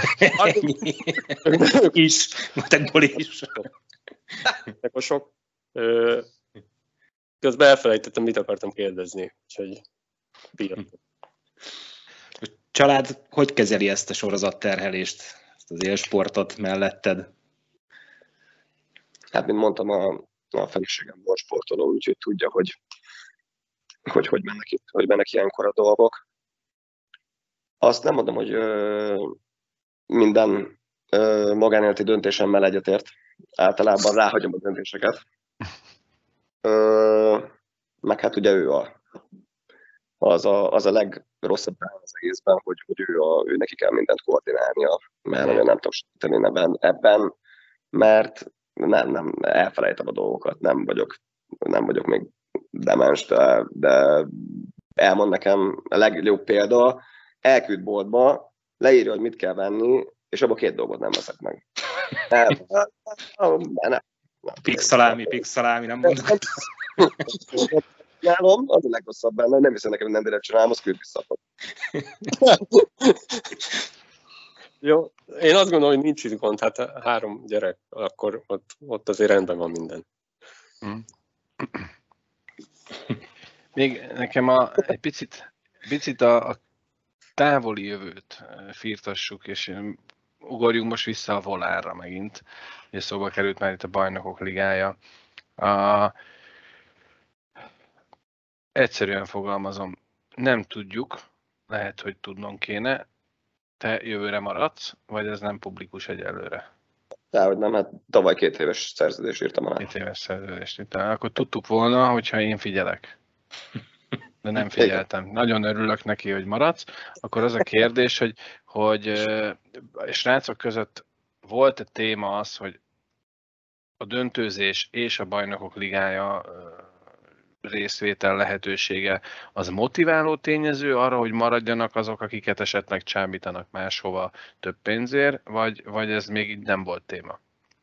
[SPEAKER 4] is, matekból is.
[SPEAKER 1] Akkor sok... Ö, közben elfelejtettem, mit akartam kérdezni. Úgyhogy
[SPEAKER 4] a család hogy kezeli ezt a sorozatterhelést, ezt az élsportot melletted?
[SPEAKER 3] Hát, mint mondtam, a, a feleségem volt sportoló, úgyhogy tudja, hogy hogy, hogy, mennek, itt, hogy mennek ilyenkor a dolgok. Azt nem mondom, hogy ö, minden ö, magánéleti döntésemmel egyetért. Általában ráhagyom a döntéseket. Ö, meg hát ugye ő a, az, a, az a legrosszabb az egészben, hogy, hogy ő, a, ő neki kell mindent koordinálnia, mert nagyon nem tudok segíteni ebben, ebben, mert nem, nem, elfelejtem a dolgokat, nem vagyok, nem vagyok még demens, de, de elmond nekem a legjobb példa, elküld boltba, leírja, hogy mit kell venni, és abban két dolgot nem veszek meg. Nem, nem, nem.
[SPEAKER 4] Pixalámi, pixalámi, nem mondok.
[SPEAKER 3] Csinálom, az a legrosszabb benne, nem hiszem nekem, hogy nem direkt csinálom, az küld vissza.
[SPEAKER 1] Jó, én azt gondolom, hogy nincs itt gond, hát három gyerek, akkor ott, ott azért rendben van minden.
[SPEAKER 2] Mm. Még nekem a, egy picit, picit a, a távoli jövőt firtassuk, és ugorjunk most vissza a volárra megint. Ugye szóba került már itt a Bajnokok Ligája. A, egyszerűen fogalmazom, nem tudjuk, lehet, hogy tudnunk kéne, te jövőre maradsz, vagy ez nem publikus egyelőre?
[SPEAKER 3] Dehogy nem, hát tavaly két éves szerződést írtam alá.
[SPEAKER 2] Két éves szerződést írtam. Akkor tudtuk volna, hogyha én figyelek. De nem figyeltem. Nagyon örülök neki, hogy maradsz. Akkor az a kérdés, hogy, hogy a srácok között volt-e téma az, hogy a döntőzés és a Bajnokok Ligája részvétel lehetősége az motiváló tényező arra, hogy maradjanak azok, akiket esetleg csábítanak máshova több pénzért, vagy, vagy ez még így nem volt téma?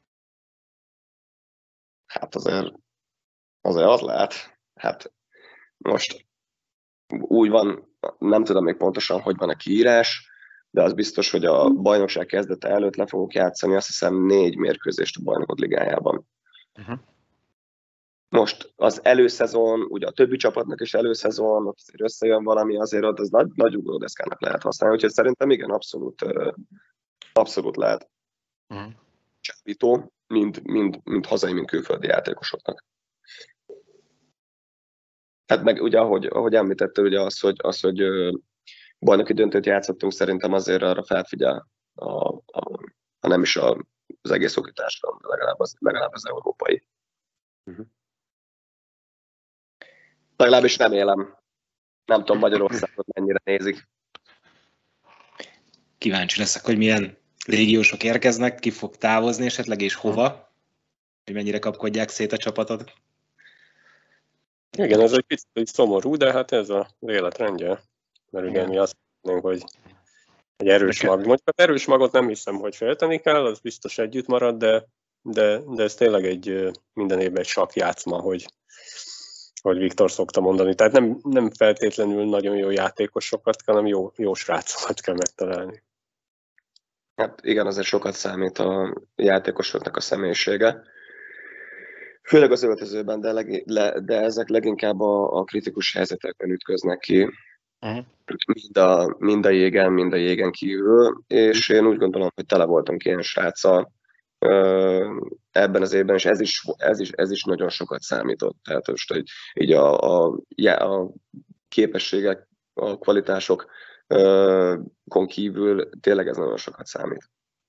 [SPEAKER 3] Hát azért, azért az lehet. Hát most úgy van, nem tudom még pontosan, hogy van a kiírás, de az biztos, hogy a bajnokság kezdete előtt le fogok játszani, azt hiszem négy mérkőzést a Bajnokok Ligájában. Uh-huh. Most az előszezon, ugye a többi csapatnak is előszezon, ott azért összejön valami, azért ott az nagy, nagy ugródeszkának lehet használni, úgyhogy szerintem igen, abszolút, abszolút lehet uh-huh. csábító, mind, mind, mind hazai, mind külföldi játékosoknak. Hát meg ugye, ahogy, ahogy említette, ugye az, hogy, az, hogy bajnoki döntőt játszottunk, szerintem azért arra felfigyel, a, a, ha nem is a, az egész oktatásra, legalább az, legalább az európai. Uh-huh. Legalábbis remélem. Nem tudom, Magyarországot mennyire nézik.
[SPEAKER 4] Kíváncsi leszek, hogy milyen légiósok érkeznek, ki fog távozni esetleg, és hova, hogy mennyire kapkodják szét a csapatot.
[SPEAKER 1] Igen, ez egy picit szomorú, de hát ez az életrendje. Mert ugye mi azt mondjuk, hogy egy erős mag. Mondjuk az erős magot nem hiszem, hogy félteni kell, az biztos együtt marad, de, de, de ez tényleg egy minden évben egy sakkjátszma, hogy, hogy Viktor szokta mondani. Tehát nem, nem feltétlenül nagyon jó játékosokat, hanem jó, jó srácokat kell megtalálni.
[SPEAKER 3] Hát igen, azért sokat számít a játékosoknak a személyisége. Főleg az öltözőben, de, leg, le, de ezek leginkább a, a kritikus helyzetekben ütköznek ki. Uh-huh. Mind, a, mind a jégen, mind a jégen kívül, és én úgy gondolom, hogy tele voltunk ilyen sráccal ebben az évben, és ez is, ez is, ez is nagyon sokat számított. Tehát most hogy így a, a, a képességek, a kvalitásokon kívül tényleg ez nagyon sokat számít.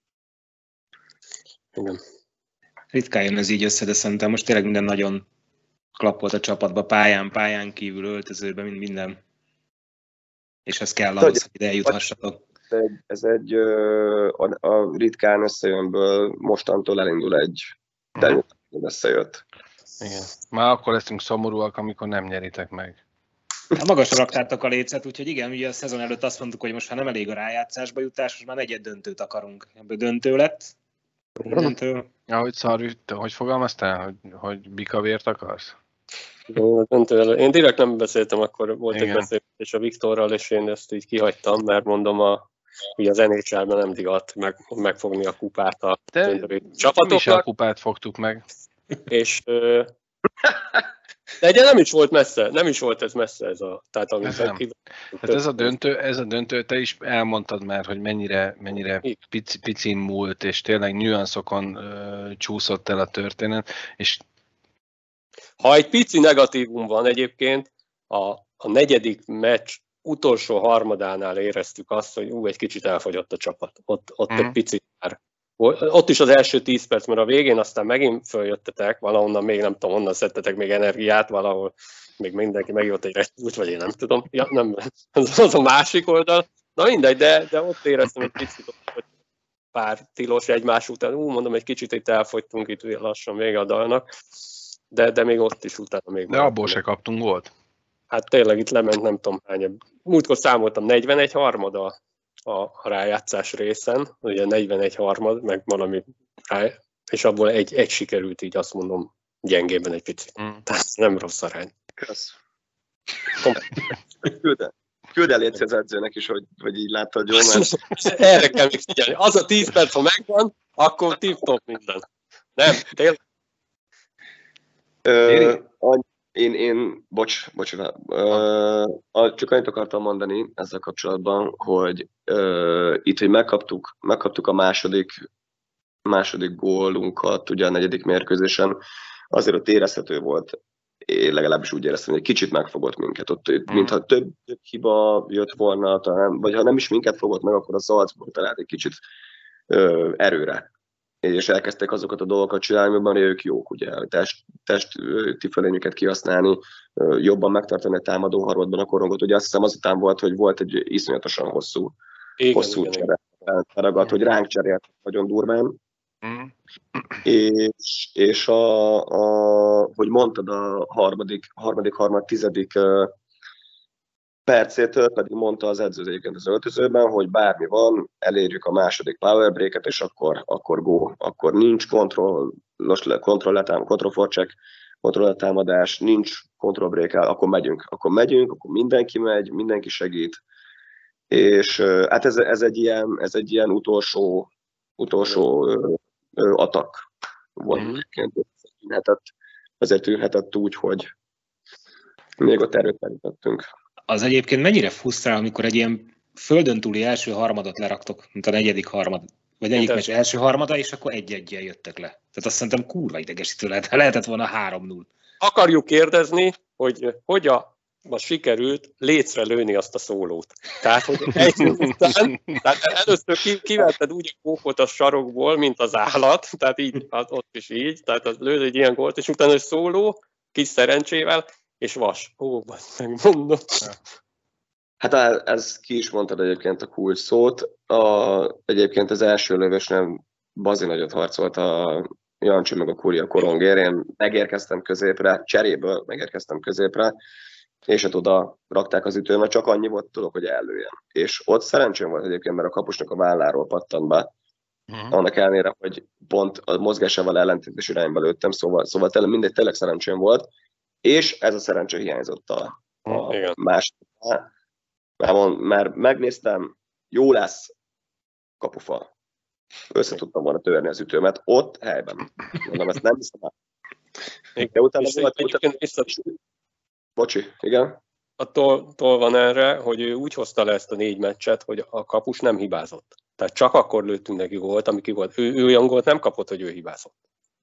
[SPEAKER 1] Igen.
[SPEAKER 4] Ritkán jön ez így össze, de szerintem most tényleg minden nagyon klappolt a csapatba, pályán, pályán kívül, öltözőben, minden. És ez kell ahhoz, hogy ide eljuthassatok.
[SPEAKER 3] Ez egy, ez egy a, a ritkán összejönből mostantól elindul egy, de jó, összejött.
[SPEAKER 2] Igen. Már akkor leszünk szomorúak, amikor nem nyeritek meg.
[SPEAKER 4] Hát magasra raktátok a lécet, úgyhogy igen, ugye a szezon előtt azt mondtuk, hogy most már nem elég a rájátszásba jutás, most már negyed döntőt akarunk. Ebből döntő lett. Döntő.
[SPEAKER 2] Ahogy Szarvi, te hogy fogalmaztál, hogy, hogy bikavért akarsz?
[SPEAKER 1] Én direkt nem beszéltem, akkor volt igen. Egy beszélgetés a Viktorral, és én ezt így kihagytam, mert mondom, a, ugye az en há el-ben nem divat meg, megfogni a kupát a
[SPEAKER 2] csapatoknak. Mi is a kupát fogtuk meg.
[SPEAKER 1] És, De ugye nem is volt messze, nem is volt ez messze ez a... Tehát,
[SPEAKER 2] ez, nem. Ki... hát ez, a döntő, ez a döntő, te is elmondtad már, hogy mennyire, mennyire pici, picin múlt, és tényleg nüanszokon uh, csúszott el a történet, és
[SPEAKER 1] ha egy pici negatívum van egyébként, a, a negyedik meccs utolsó harmadánál éreztük azt, hogy ú, egy kicsit elfogyott a csapat. Ott, ott mm. egy picit már. Ott is az első tíz perc, mert a végén aztán megint följöttetek, valahonnan még nem tudom, honnan szedtetek még energiát, valahol még mindenki megjött egy rettút, vagy én nem tudom. Ja, nem, az, az a másik oldal. Na mindegy, de, de ott éreztem egy picit, hogy pár tilos egymás után, ú, mondom, egy kicsit itt elfogytunk, itt lassan vége a dalnak. De, de még ott is utána még...
[SPEAKER 2] De abból se kaptunk volt.
[SPEAKER 1] Hát tényleg itt lement nem tudom hány. Múltkor számoltam negyvenegy harmad a, a rájátszás részen, ugye negyvenegy harmad, meg valami rá, és abból egy, egy sikerült így azt mondom gyengében egy picit. Mm. Tehát nem rossz arány.
[SPEAKER 3] Kösz. Küld el légy az edzőnek is, hogy, hogy így láttad jól, mert...
[SPEAKER 1] Erre kell még figyelni. Az a tíz perc, ha megvan, akkor tip-top minden. Nem, tényleg.
[SPEAKER 3] Ö, én, én, bocs, bocs, ö, csak annyit akartam mondani ezzel kapcsolatban, hogy ö, itt, hogy megkaptuk, megkaptuk a második, második gólunkat, ugye a negyedik mérkőzésen, azért ott érezhető volt, én legalábbis úgy éreztem, hogy egy kicsit megfogott minket. Ott, mm. mintha több, több hiba jött volna, talán, vagy ha nem is minket fogott meg, akkor a Salzburg talált egy kicsit ö, erőre. És elkezdtek azokat a dolgokat csinálni, amiben ők jók, ugye, a test, testi fölényüket kihasználni, jobban megtartani a támadó harmadban a korongot. Ugye azt hiszem azután volt, hogy volt egy iszonyatosan hosszú, igen, hosszú csere, ragadt, hogy ránk cserélt nagyon durván. Mm. És, és a, a, hogy mondtad a harmadik, harmadik, harmadik, tizedik percétől pedig mondta az edző egyébként az öltözőben, hogy bármi van, elérjük a második power break-et, és akkor, akkor go. Akkor nincs kontroll, kontrollletámadás, kontrollletámadás, nincs control break, akkor megyünk. Akkor megyünk, akkor mindenki megy, mindenki segít. És hát ez, ez, egy, ilyen, ez egy ilyen utolsó, utolsó ö, ö, atak volt. Mm-hmm. Tűnhetett, ezért tűnhetett úgy, hogy még ott erőt merítettünk.
[SPEAKER 4] Az egyébként mennyire frusztrál, amikor egy ilyen földön túli első harmadot leraktok, mint a negyedik harmad, vagy egyik meccs első harmada, és akkor egy-egyel jöttek le. Tehát azt szerintem kurva idegesítő lehet, lehetett volna három null.
[SPEAKER 1] Akarjuk kérdezni, hogy hogy a, a sikerült lécre lőni azt a szólót. Tehát, hogy egy után, tehát először ki, kivetted úgy a kókot a sarokból, mint az állat, tehát így, az ott is így, tehát az lőd egy ilyen gólt, és utána egy szóló, kis szerencsével, és vas. Ó, megmondom.
[SPEAKER 3] Hát ez ki is mondtad egyébként a kulcs szót. A, egyébként az első lövésnél bazi nagyot harcolt a Jancsi meg a Kúria korongér. Én megérkeztem középre, cseréből megérkeztem középre, és hát oda rakták az ütőmet, csak annyi volt tudok, hogy ellőjem. És ott szerencsém volt egyébként, mert a kapusnak a válláról pattant be. Uh-huh. Annak ellenére, hogy pont a mozgásával ellentétes irányba lőttem, szóval, szóval tényleg mindegy, tényleg szerencsém volt. És ez a szerencse hiányzott a, a másodiknál. Mert, mert megnéztem, jó lesz, kapufa. Össze tudtam volna törni az ütőmet, ott helyben. Mondom, ezt nem hiszem el. De utána volt, utána... Bocsi, igen?
[SPEAKER 1] Attól van erre, hogy ő úgy hozta le ezt a négy meccset, hogy a kapus nem hibázott. Tehát csak akkor lőttünk neki gólt, ami ki volt. Ő, ő olyan gólt nem kapott, hogy ő hibázott.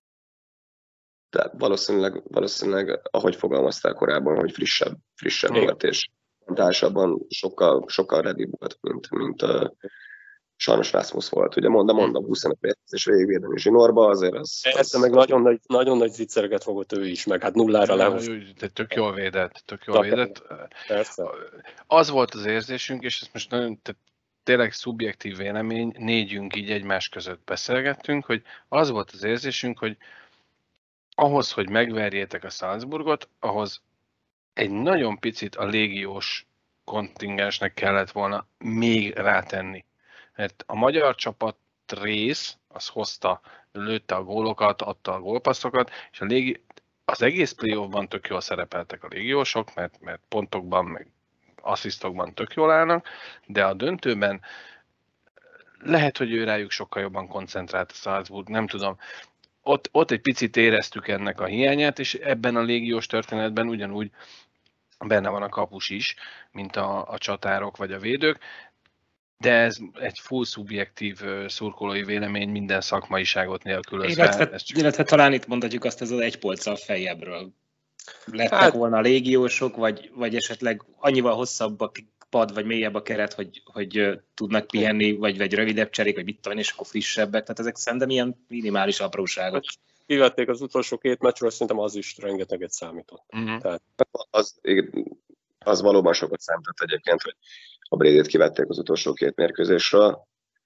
[SPEAKER 3] Tehát valószínűleg, valószínűleg, ahogy fogalmaztál korábban, hogy frissebb, frissebb volt, és társabban sokkal, sokkal ready volt, mint, mint uh, sajnos Rasmus volt. Ugye mondom, mondom, huszonöt és végigvédeni zsinórba, azért az...
[SPEAKER 1] Ezt meg nagyon nagy, nagyon nagy zicserget fogott ő is, meg hát nullára lehoz.
[SPEAKER 2] Tök jól védett, tök jól védett. Persze. Az volt az érzésünk, és ezt most nagyon... tényleg szubjektív vélemény, négyünk így egymás között beszélgettünk, hogy az volt az érzésünk, hogy ahhoz, hogy megverjétek a Salzburgot, ahhoz egy nagyon picit a légiós kontingensnek kellett volna még rátenni. Mert a magyar csapat rész, az hozta, lőtte a gólokat, adta a gólpasszokat, és a légi, az egész playoffban tök jól szerepeltek a légiósok, mert, mert pontokban, meg asszisztokban tök jól állnak, de a döntőben lehet, hogy ő rájuk sokkal jobban koncentrált a Salzburg, nem tudom. ott, ott egy picit éreztük ennek a hiányát, és ebben a légiós történetben ugyanúgy benne van a kapus is, mint a, a csatárok vagy a védők, de ez egy full szubjektív szurkolói vélemény, minden szakmaiságot nélkülözve.
[SPEAKER 4] Illetve,
[SPEAKER 2] csak...
[SPEAKER 4] illetve talán itt mondhatjuk azt, ez az egy polccal fejebbről lettek
[SPEAKER 1] Hát-
[SPEAKER 4] volna a légiósok, vagy, vagy esetleg annyival hosszabb a pad, vagy mélyebb a keret, hogy, hogy tudnak pihenni, vagy, vagy rövidebb cserék, vagy mit tudom én, és akkor frissebbek. Tehát ezek szerintem ilyen minimális apróságok.
[SPEAKER 1] Kivették az utolsó két meccsről, szerintem az is rengeteget számított.
[SPEAKER 2] Uh-huh.
[SPEAKER 1] Tehát
[SPEAKER 3] Az, az valóban sokat számított egyébként, hogy a Bradyt kivették az utolsó két mérkőzésről.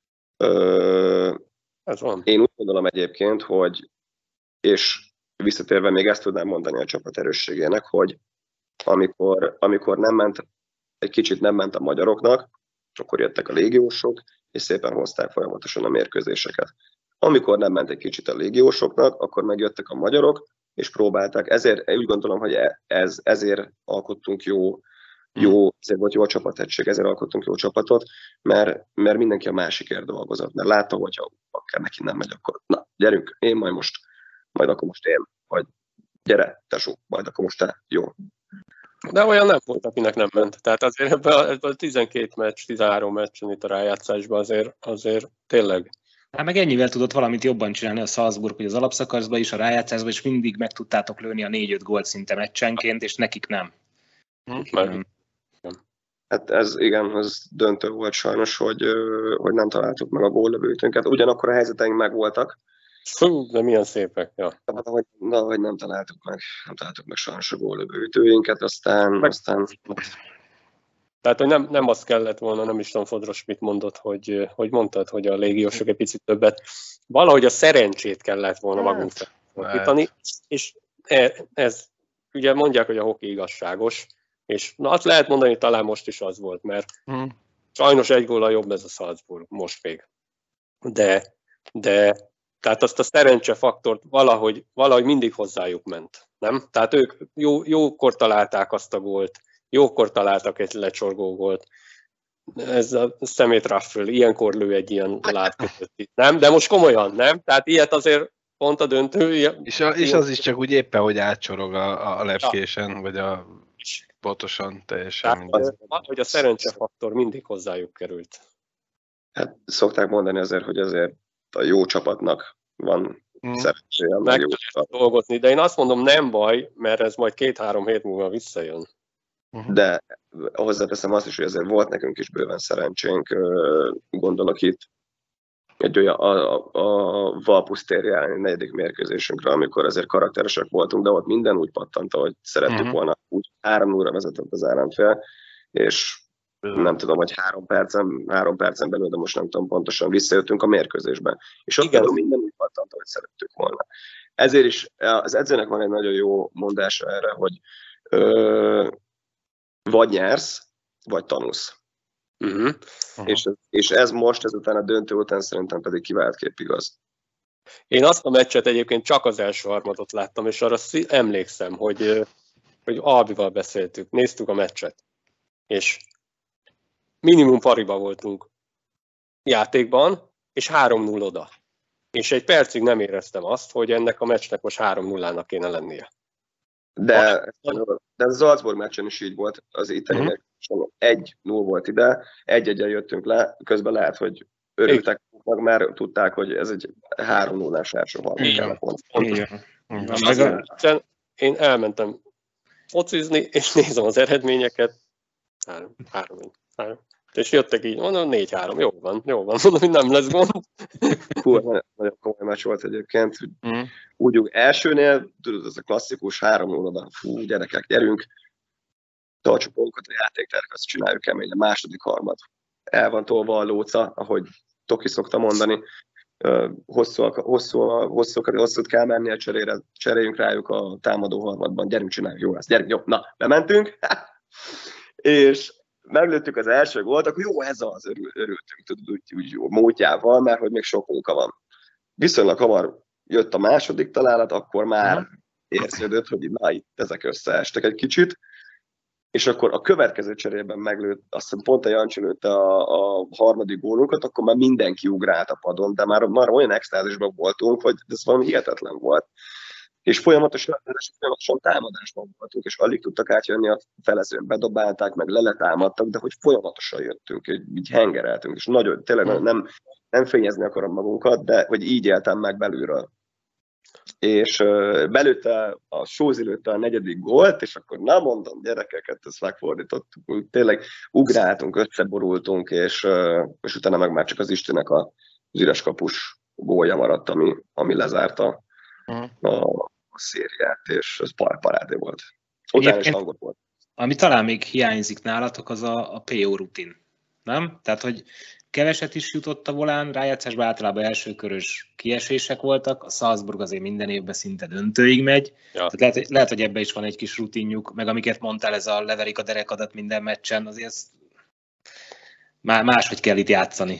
[SPEAKER 3] Ö,
[SPEAKER 1] ez van.
[SPEAKER 3] én úgy gondolom egyébként, hogy, és visszatérve még ezt tudnám mondani a csapat erősségének, hogy amikor, amikor nem ment, egy kicsit nem ment a magyaroknak, akkor jöttek a légiósok, és szépen hozták folyamatosan a mérkőzéseket. Amikor nem ment egy kicsit a légiósoknak, akkor megjöttek a magyarok, és próbálták. Ezért úgy gondolom, hogy ez, ezért alkottunk jó, jó, ezért volt jó a csapategység, ezért alkottunk jó csapatot, mert, mert mindenki a másikért dolgozott, mert látta, hogy ha akár neki nem megy, akkor na, gyerünk, én majd most, majd akkor most én, vagy gyere, tesó, majd akkor most te, jó.
[SPEAKER 1] De olyan nem volt, akinek nem ment. Tehát azért ebben, ebben a tizenkét meccs, tizenhárom meccsen itt a rájátszásban azért, azért tényleg.
[SPEAKER 4] Hát meg ennyivel tudott valamit jobban csinálni a Salzburg, hogy az alapszakaszban is, a rájátszásban is mindig meg tudtátok lőni a négy-öt gólt szinte meccsenként, és nekik nem. Nekik
[SPEAKER 1] Mert-
[SPEAKER 4] nem.
[SPEAKER 3] Hát ez igen, ez döntő volt sajnos, hogy, hogy nem találtuk meg a góllövőtünket. Ugyanakkor a helyzeteink megvoltak,
[SPEAKER 1] Fú, de milyen szépek. Ja.
[SPEAKER 3] de hogy, de hogy nem találtuk meg, nem találtuk meg sajnos a góllövőtőinket, aztán,
[SPEAKER 1] Meg-
[SPEAKER 3] aztán
[SPEAKER 1] Tehát, hogy nem, nem azt kellett volna, nem is tudom, Fodros mit mondott, hogy, hogy mondtad, hogy a légiósok egy picit többet. Valahogy a szerencsét kellett volna magunk felfordítani, és e- ez, ugye mondják, hogy a hoki igazságos, és na, azt lehet mondani, talán most is az volt, mert
[SPEAKER 2] Uh-huh.
[SPEAKER 1] sajnos egy góllal jobb ez a Salzburg, most még. De, de tehát azt a szerencse faktort valahogy, valahogy mindig hozzájuk ment, nem? Tehát ők jó, jókor találták azt a gólt, jókor találtak egy lecsorgó gólt. Ez a szemét Raffel, ilyenkor lő egy ilyen látkötött, nem? De most komolyan, nem? Tehát ilyet azért pont a döntő.
[SPEAKER 2] És, a, és az is csak úgy éppen, hogy átcsorog a, a lepkésen, vagy a pontosan teljesen mindegy.
[SPEAKER 1] Tehát, hogy a szerencsefaktor mindig hozzájuk került.
[SPEAKER 3] hát szokták mondani azért, hogy azért a jó csapatnak van
[SPEAKER 2] Mm.
[SPEAKER 3] szerencséje, meg
[SPEAKER 1] Meg
[SPEAKER 3] jó
[SPEAKER 1] tudják
[SPEAKER 3] csapat.
[SPEAKER 1] dolgozni, de én azt mondom, nem baj, mert ez majd két-három hét múlva visszajön.
[SPEAKER 3] De hozzáteszem azt is, hogy azért volt nekünk is bőven szerencsénk, ö, gondolok itt egy olyan a, a, a Valpusztéri elleni negyedik mérkőzésünkre, amikor azért karakteresek voltunk, de ott minden úgy pattant, ahogy szerettük
[SPEAKER 2] Mhm.
[SPEAKER 3] volna. Úgy három nullra vezetett az ellenfél, és nem tudom, hogy három percen, három percen belül, de most nem tudom pontosan, visszajöttünk a mérkőzésben. És ott
[SPEAKER 1] Igen.
[SPEAKER 3] például minden úgy pattant, ahogy szerettük volna. Ezért is az edzőnek van egy nagyon jó mondása erre, hogy ö, vagy nyersz, vagy tanulsz.
[SPEAKER 1] Uh-huh.
[SPEAKER 2] Uh-huh.
[SPEAKER 3] És, és ez most, ezután a döntő után szerintem pedig kivált kép igaz.
[SPEAKER 1] Én azt a meccset egyébként csak az első harmadot láttam, és arra szí- emlékszem, hogy, hogy Albival beszéltük, néztük a meccset, és minimum pariba voltunk játékban, és három null oda. És egy percig nem éreztem azt, hogy ennek a meccsnek most három nullának kéne lennie.
[SPEAKER 3] De, de a Salzburg meccsen is így volt, az itteni
[SPEAKER 2] Mhm.
[SPEAKER 3] meccsen egy null volt ide, egy-egyen jöttünk le, közben lehet, hogy örültek meg, mert tudták, hogy ez egy három nullás első harmad
[SPEAKER 2] Igen.
[SPEAKER 3] kellett volna.
[SPEAKER 4] Így van.
[SPEAKER 2] Mhm.
[SPEAKER 4] Na,
[SPEAKER 1] És
[SPEAKER 4] meg a-
[SPEAKER 1] aztán én elmentem focizni, és nézem az eredményeket. Három, három, három. És jöttek így, mondom, négy-három, jó van, jó van, mondom, hogy nem lesz gond.
[SPEAKER 3] Hú, nagyon, nagyon komoly meccs volt egyébként.
[SPEAKER 2] Mhm.
[SPEAKER 3] Úgy, úgy elsőnél, tudod, ez a klasszikus három null oda, fú, gyerekek, gyerünk, tartsuk magunkat a játékterek, azt csináljuk kemény, a második harmad. El van tolva a lóca, ahogy Toki szokta mondani, Ö, hosszú, hosszú, hosszú, hosszút kell menni a cserére, cseréljünk rájuk a támadó harmadban, gyerünk, csináljuk, jó lesz, gyerünk, jó, na, bementünk, és meglőttük az első gólt, akkor jó, ez az, örül, örültünk, tudod, úgy, úgy jó módjával, mert hogy még sok munka van. Viszonylag hamar jött a második találat, akkor már érződött, hogy na, itt ezek összeestek egy kicsit, és akkor a következő cserében meglőtt, azt hiszem pont a Jancsi lőtte a, a harmadik gólunkat, akkor már mindenki ugrált a padon, de már, már olyan extázisban voltunk, hogy ez valami hihetetlen volt. És folyamatosan, folyamatosan támadásban voltunk, és alig tudtak átjönni a felezőn, bedobálták, meg leletámadtak, de hogy folyamatosan jöttünk, így hengereltünk, és nagyon, tényleg hmm. nem, nem fényezni akarom magunkat, de hogy így éltem meg belülről. És uh, belőtte, a Sózi lőtte a negyedik gólt, és akkor nem mondom, gyerekeket, ezt megfordítottuk, úgy tényleg ugráltunk, összeborultunk, és, uh, és utána meg már csak az Istennek a, az üres kapus gólja maradt, ami, ami lezárta hmm. a, a szériát, és ez parádé volt. Utána is hangos volt.
[SPEAKER 4] Ami talán még hiányzik nálatok, az a, a pé o rutin, nem? Tehát, hogy keveset is jutott a volán, rájátszásban általában elsőkörös kiesések voltak, a Salzburg azért minden évben szinte döntőig megy, ja. Tehát lehet, lehet, hogy ebben is van egy kis rutinjuk, meg amiket mondtál, ez a leverik a derekadat minden meccsen, azért ez máshogy kell itt játszani.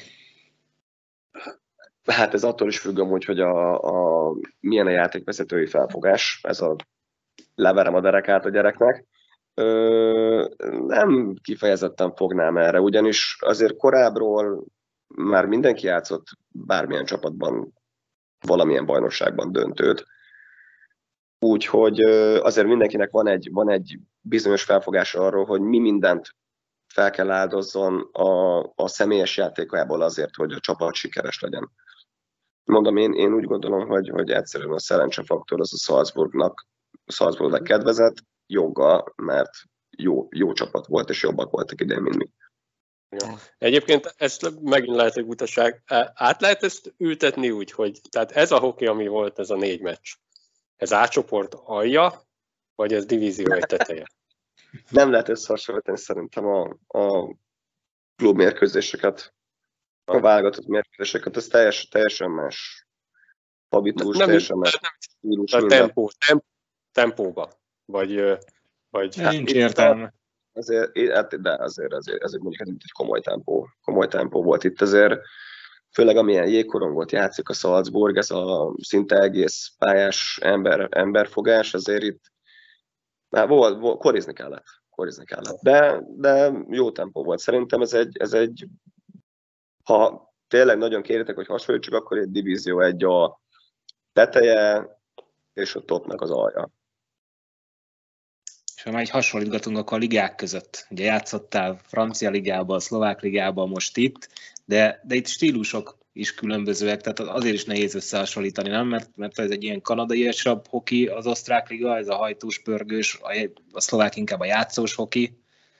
[SPEAKER 3] Hát ez attól is függ amúgy, hogy a, a, milyen a játékvezetői felfogás, ez a leverem a derekát a gyereknek. Ö, nem kifejezetten fognám erre, ugyanis azért korábbról már mindenki játszott bármilyen csapatban, valamilyen bajnokságban döntőt. Úgyhogy azért mindenkinek van egy, van egy bizonyos felfogása arról, hogy mi mindent fel kell áldozzon a, a személyes játékából azért, hogy a csapat sikeres legyen. Mondom, én, én úgy gondolom, hogy, hogy egyszerűen a szerencsefaktor az a Salzburgnak, a Salzburgnak kedvezett, joggal, mert jó, jó csapat volt, és jobbak voltak idén, mint mi.
[SPEAKER 1] Ja. Egyébként ezt megint lehet egy butaság. Át lehet ezt ültetni úgy, hogy tehát ez a hoki, ami volt, ez a négy meccs. Ez A-csoport alja, vagy ez divízió egy teteje?
[SPEAKER 3] Nem lehet összehasonlítani szerintem a, a klubmérkőzéseket, a válogatott mérkőzéseket, ez teljes, teljesen más habitus,
[SPEAKER 1] nem,
[SPEAKER 3] teljesen más stílus.
[SPEAKER 1] A tempó, temp, tempóba, vagy... vagy
[SPEAKER 4] hát, nincs értelme.
[SPEAKER 3] Azért, de azért, azért, azért mondjuk ez egy komoly tempó, komoly tempó volt itt azért, főleg amilyen jégkorongot játszik a Salzburg, ez a szinte egész pályás ember, emberfogás, azért itt már volt, volt, korizni kellett, korizni kellett. De, de jó tempó volt. Szerintem ez egy, ez egy, ha tényleg nagyon kéritek, hogy hasonlítsuk, akkor egy divízió egy a teteje és a topnak az alja.
[SPEAKER 4] És ha már így hasonlítgatunk, akkor a ligák között. Ugye játszottál francia ligában, szlovák ligában, most itt, de, de itt stílusok is különbözőek, tehát azért is nehéz összehasonlítani, nem? Mert, mert ez egy ilyen kanadaiasabb hoki, az osztrák liga, ez a hajtós, pörgős, a, a szlovák inkább a játszós hoki.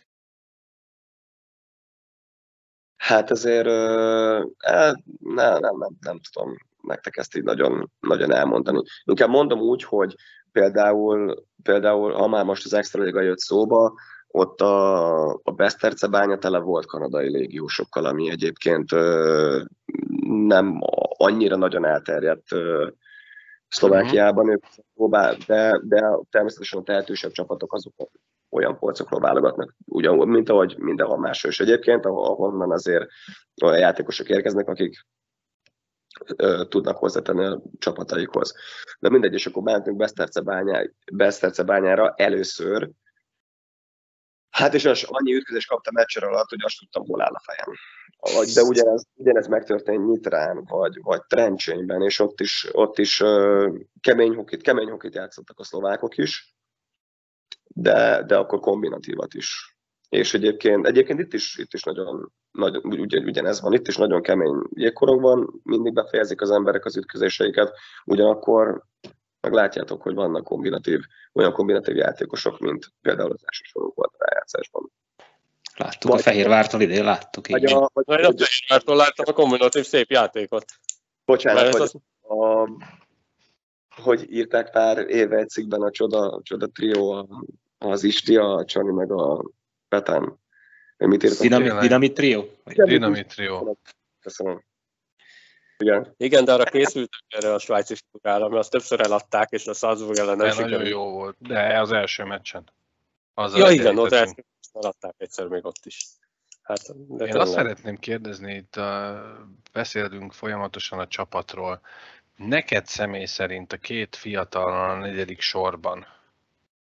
[SPEAKER 3] Hát azért hát, nem, nem, nem, nem tudom nektek ezt így nagyon, nagyon elmondani. Inkább mondom úgy, hogy például, például ha már most az Extra Liga jött szóba, ott a, a Besztercebánya tele volt kanadai légiósokkal, ami egyébként ö, nem annyira nagyon elterjedt ö, Szlovákiában, ők próbál, de, de természetesen a tehetősebb csapatok azok olyan polcokról válogatnak, ugyanúgy, mint ahogy mindenhol máshol is egyébként, ahonnan azért olyan játékosok érkeznek, akik ö, tudnak hozzátenni a csapataikhoz. De mindegy, és akkor bántunk Besztercebányára először. Hát és az annyi ütközést kaptam meccser alatt, hogy azt tudtam, hol áll a fejem. De ugyanez, ugyanez megtörtént Nyitrán, vagy, vagy Trencsényben, és ott is, ott is uh, kemény hokit, kemény hokit játszottak a szlovákok is, de, de akkor kombinatívat is. És egyébként, egyébként itt is, itt is nagyon, nagyon ugyan, ugyanez van, itt is nagyon kemény jégkorong van, mindig befejezik az emberek az ütközéseiket, ugyanakkor meg látjátok, hogy vannak kombinatív, olyan kombinatív játékosok, mint például az első sorunk volt a rájátszásban.
[SPEAKER 4] Láttuk vagy, a Fehérvártól idén, láttuk.
[SPEAKER 1] Vagy a, vagy a Fehérvártól láttam a kombinatív szép játékot.
[SPEAKER 3] Bocsánat, hogy, az... a, hogy írták pár éve egy cikkben a csoda, csoda trió, az Isti, a Csani meg a Petán. Mit írtam?
[SPEAKER 4] Dinamit, dinamit trió?
[SPEAKER 2] Dinamit trió.
[SPEAKER 3] Köszönöm. Igen.
[SPEAKER 1] Igen, de arra készültek erre a svájci strukára, mert azt többször eladták, és a Salzburg ellen nem
[SPEAKER 2] sikerült. Nagyon jó volt, de az első meccsen.
[SPEAKER 1] Azzal ja igen, az első eladták egyszer még ott is. Hát,
[SPEAKER 2] de Én azt szeretném kérdezni, itt a, beszélünk folyamatosan a csapatról. Neked személy szerint a két fiatal a negyedik sorban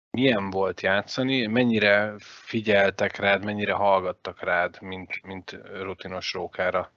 [SPEAKER 2] milyen volt játszani, mennyire figyeltek rád, mennyire hallgattak rád, mint, mint rutinos rókára?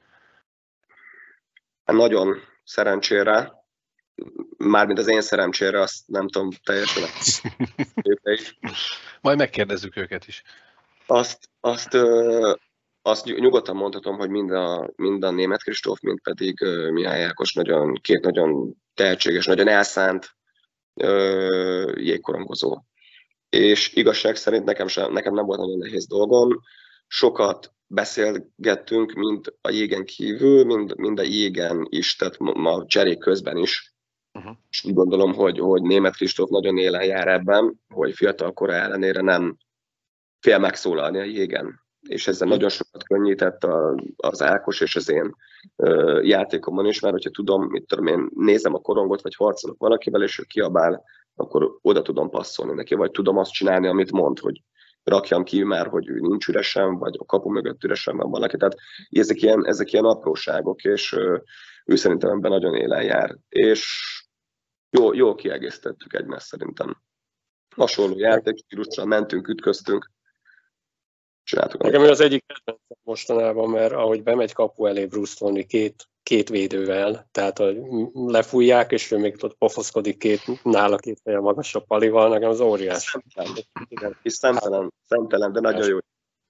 [SPEAKER 3] Nagyon szerencsére, mármint az én szerencsére, azt nem tudom teljesen őket is.
[SPEAKER 2] Majd megkérdezzük őket is.
[SPEAKER 3] Azt, azt, ö, azt nyugodtan mondhatom, hogy mind a, mind a Németh Kristóf, mind pedig ö, Mihály Ákos nagyon, két nagyon tehetséges, nagyon elszánt ö, jégkorongozó. És igazság szerint nekem, sem, nekem nem volt nagyon nehéz dolgom. Sokat beszélgettünk, mind a jégen kívül, mind, mind a jégen is, tehát ma a cserék közben is. Uh-huh. És úgy gondolom, hogy, hogy Németh Kristóf nagyon élen jár ebben, hogy fiatal kora ellenére nem fél megszólalni a jégen. És ezzel nagyon sokat könnyített a, az Ákos és az én ö, játékomon is, mert hogyha tudom, mit tudom én, nézem a korongot, vagy harcolok valakivel, és ő kiabál, akkor oda tudom passzolni neki, vagy tudom azt csinálni, amit mond, hogy rakjam ki, mert hogy ő nincs üresen, vagy a kapu mögött üresen van valaki. Tehát ezek ilyen, ezek ilyen apróságok, és ö, ő szerintem ebben nagyon élen jár. És jó, jól kiegészítettük egymást szerintem. Hasonló játékstílusra mentünk, ütköztünk.
[SPEAKER 1] Nekem az egyik kedvencem mostanában, mert ahogy bemegy kapu elé brusztolni két, két védővel, tehát hogy lefújják, és ő még ott pofoszkodik két, nála két feje magasabb palival, nekem az óriás.
[SPEAKER 3] Igen, és szemtelen, szemtelen, de nagyon jó.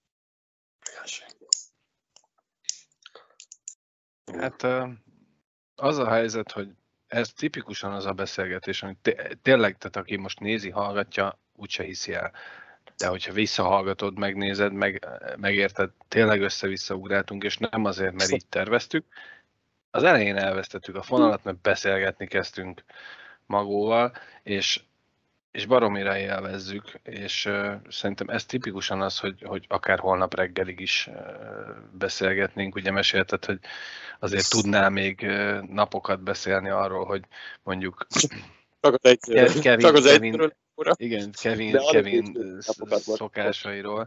[SPEAKER 2] Hát az a helyzet, hogy ez tipikusan az a beszélgetés, amit tényleg, tehát aki most nézi, hallgatja, úgyse hiszi el. De hogyha visszahallgatod, megnézed, meg, megérted, tényleg össze-vissza ugráltunk, és nem azért, mert így terveztük. Az elején elvesztettük a fonalat, mert beszélgetni kezdtünk magóval, és, és baromira élvezzük, és uh, szerintem ez tipikusan az, hogy, hogy akár holnap reggelig is uh, beszélgetnénk. Ugye mesélted, hogy azért tudnál még uh, napokat beszélni arról, hogy mondjuk
[SPEAKER 1] csak az egyről.
[SPEAKER 2] Kevin,
[SPEAKER 1] Csak az
[SPEAKER 2] Kevin,
[SPEAKER 1] egyről.
[SPEAKER 2] igen, Kevin, Kevin szokásairól.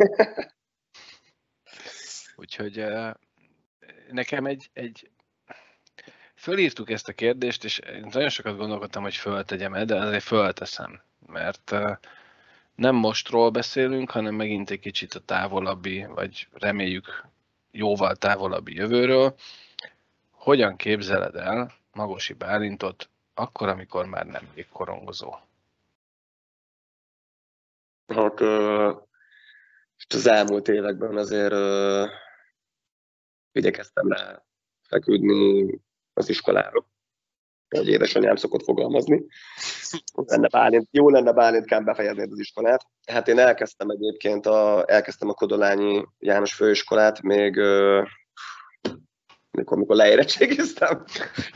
[SPEAKER 2] Úgyhogy nekem egy, egy... Fölírtuk ezt a kérdést, és nagyon sokat gondolkodtam, hogy föltegyem-e, de azért fölteszem, mert nem mostról beszélünk, hanem megint egy kicsit a távolabbi, vagy reméljük jóval távolabbi jövőről. Hogyan képzeled el Magosi Bálintot akkor, amikor már nem jégkorongozó?
[SPEAKER 3] Hát uh, az elmúlt években azért uh, igyekeztem rá feküdni az iskolára, hogy édesanyám szokott fogalmazni. Lenne Bálint, jó lenne Bálintkán befejezni az iskolát. Hát én elkezdtem egyébként a, elkezdtem a Kodolányi János Főiskolát, még uh, mikor, mikor leérettségiztem.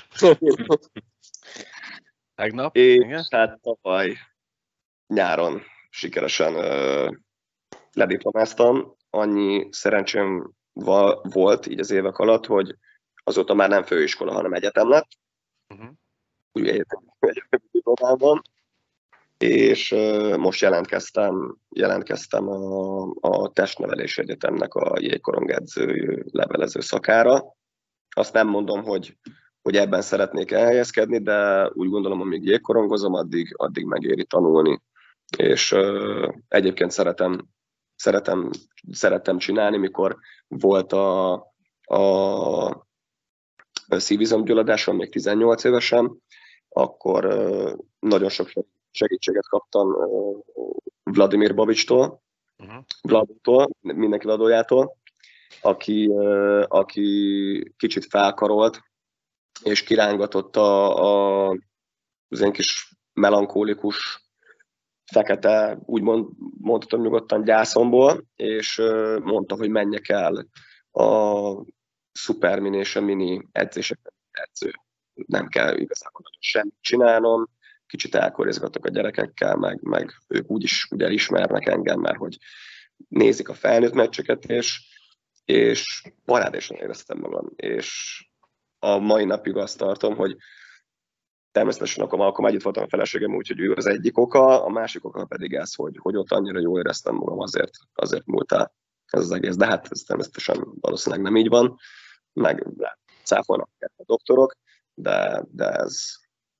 [SPEAKER 2] Tegnap?
[SPEAKER 3] És
[SPEAKER 2] Igen?
[SPEAKER 3] hát tavaly nyáron sikeresen uh, lediplomáztam. Annyi szerencsém volt így az évek alatt, hogy azóta már nem főiskola, hanem egyetem lett. Uh-huh. Úgy egyetemi diplomában. És uh, most jelentkeztem, jelentkeztem a, a Testnevelési Egyetemnek a jégkorongedző levelező szakára. Azt nem mondom, hogy, hogy ebben szeretnék elhelyezkedni, de úgy gondolom, amíg jégkorongozom, addig, addig megéri tanulni. És uh, egyébként szeretem, szeretem, szeretem csinálni, mikor volt a, a szívizomgyulladásom, még tizennyolc évesen, akkor uh, nagyon sok segítséget kaptam uh, Vladimir Babicstól, uh-huh. Vladótól, mindenki Vladójától, aki, uh, aki kicsit felkarolt, és kirángatott a, a, az én kis melankólikus, fekete, úgymond mondhatom nyugodtan gyászomból, és uh, mondta, hogy menjek el a szupermini és a mini edzéseket edző. Nem kell igazából semmit csinálnom, kicsit elkorizgatok a gyerekekkel, meg, meg ők úgyis ugye ismernek engem, mert hogy nézik a felnőtt meccseket, és, és parádésen éreztem magam. És a mai napig azt tartom, hogy természetesen akkor, akkor együtt voltam a feleségem, úgyhogy ő az egyik oka, a másik oka pedig ez, hogy, hogy ott annyira jól éreztem magam, azért, azért múlt el ez az egész. De hát ez természetesen valószínűleg nem így van, meg cáfolnak a doktorok, de, de ez,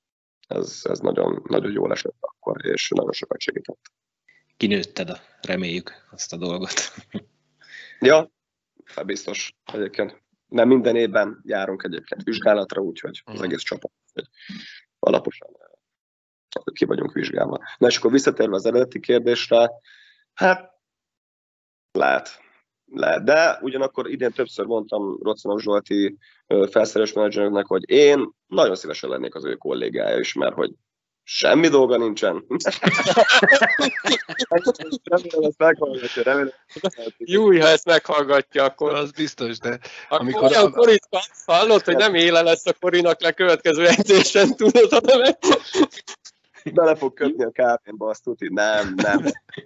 [SPEAKER 3] ez, ez nagyon, nagyon jól esett akkor, és nagyon sokat segített.
[SPEAKER 4] Kinőtted, a, reméljük, azt a dolgot.
[SPEAKER 3] Ja, biztos egyébként. Mert minden évben járunk egyébként vizsgálatra, úgyhogy az egész csapat alaposan ki vagyunk vizsgálva. Na és akkor visszatérve az eredeti kérdésre, hát lehet. Lehet, de ugyanakkor idén többször mondtam Rocanov Zsolti felszerelés menedzsernek, hogy én nagyon szívesen lennék az ő kollégája is, mert hogy semmi dolga nincsen. Remélem, ezt meghallgatja, remélem.
[SPEAKER 1] Júj, ha ezt meghallgatja, akkor...
[SPEAKER 2] Az biztos, de...
[SPEAKER 1] Akkor
[SPEAKER 2] amikor
[SPEAKER 1] olyan
[SPEAKER 2] a...
[SPEAKER 1] Korit hallott, hogy nem éle lesz a Korinak le következő edzésen, tudod, hanem...
[SPEAKER 3] Bele fog kötni a kávénba, azt tudni, nem, nem.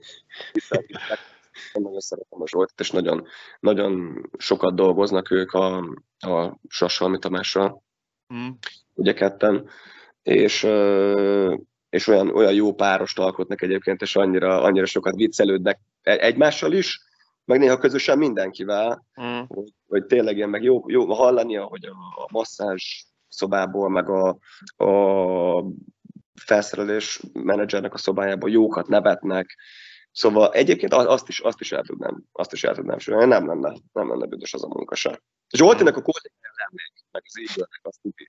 [SPEAKER 3] Én nagyon szeretem a Zsoltit, és nagyon, nagyon sokat dolgoznak ők a, a Sassalmi Tamással, mm. ugye ketten, és, és olyan, olyan jó párost alkotnak egyébként, és annyira, annyira sokat viccelődnek egymással is, meg néha közösen mindenkivel, mm. hogy, hogy tényleg ilyen meg jó, jó hallania, hogy a, a masszázs szobából, meg a, a felszerelés menedzsernek a szobájából jókat nevetnek. Szóval egyébként azt is, azt is el tudnám, azt is el tudnám sorolni, nem lenne, nem lenne büdös az a munka sem. Zsoltinak a kollégája lennék, meg az ígőnek, azt tudni.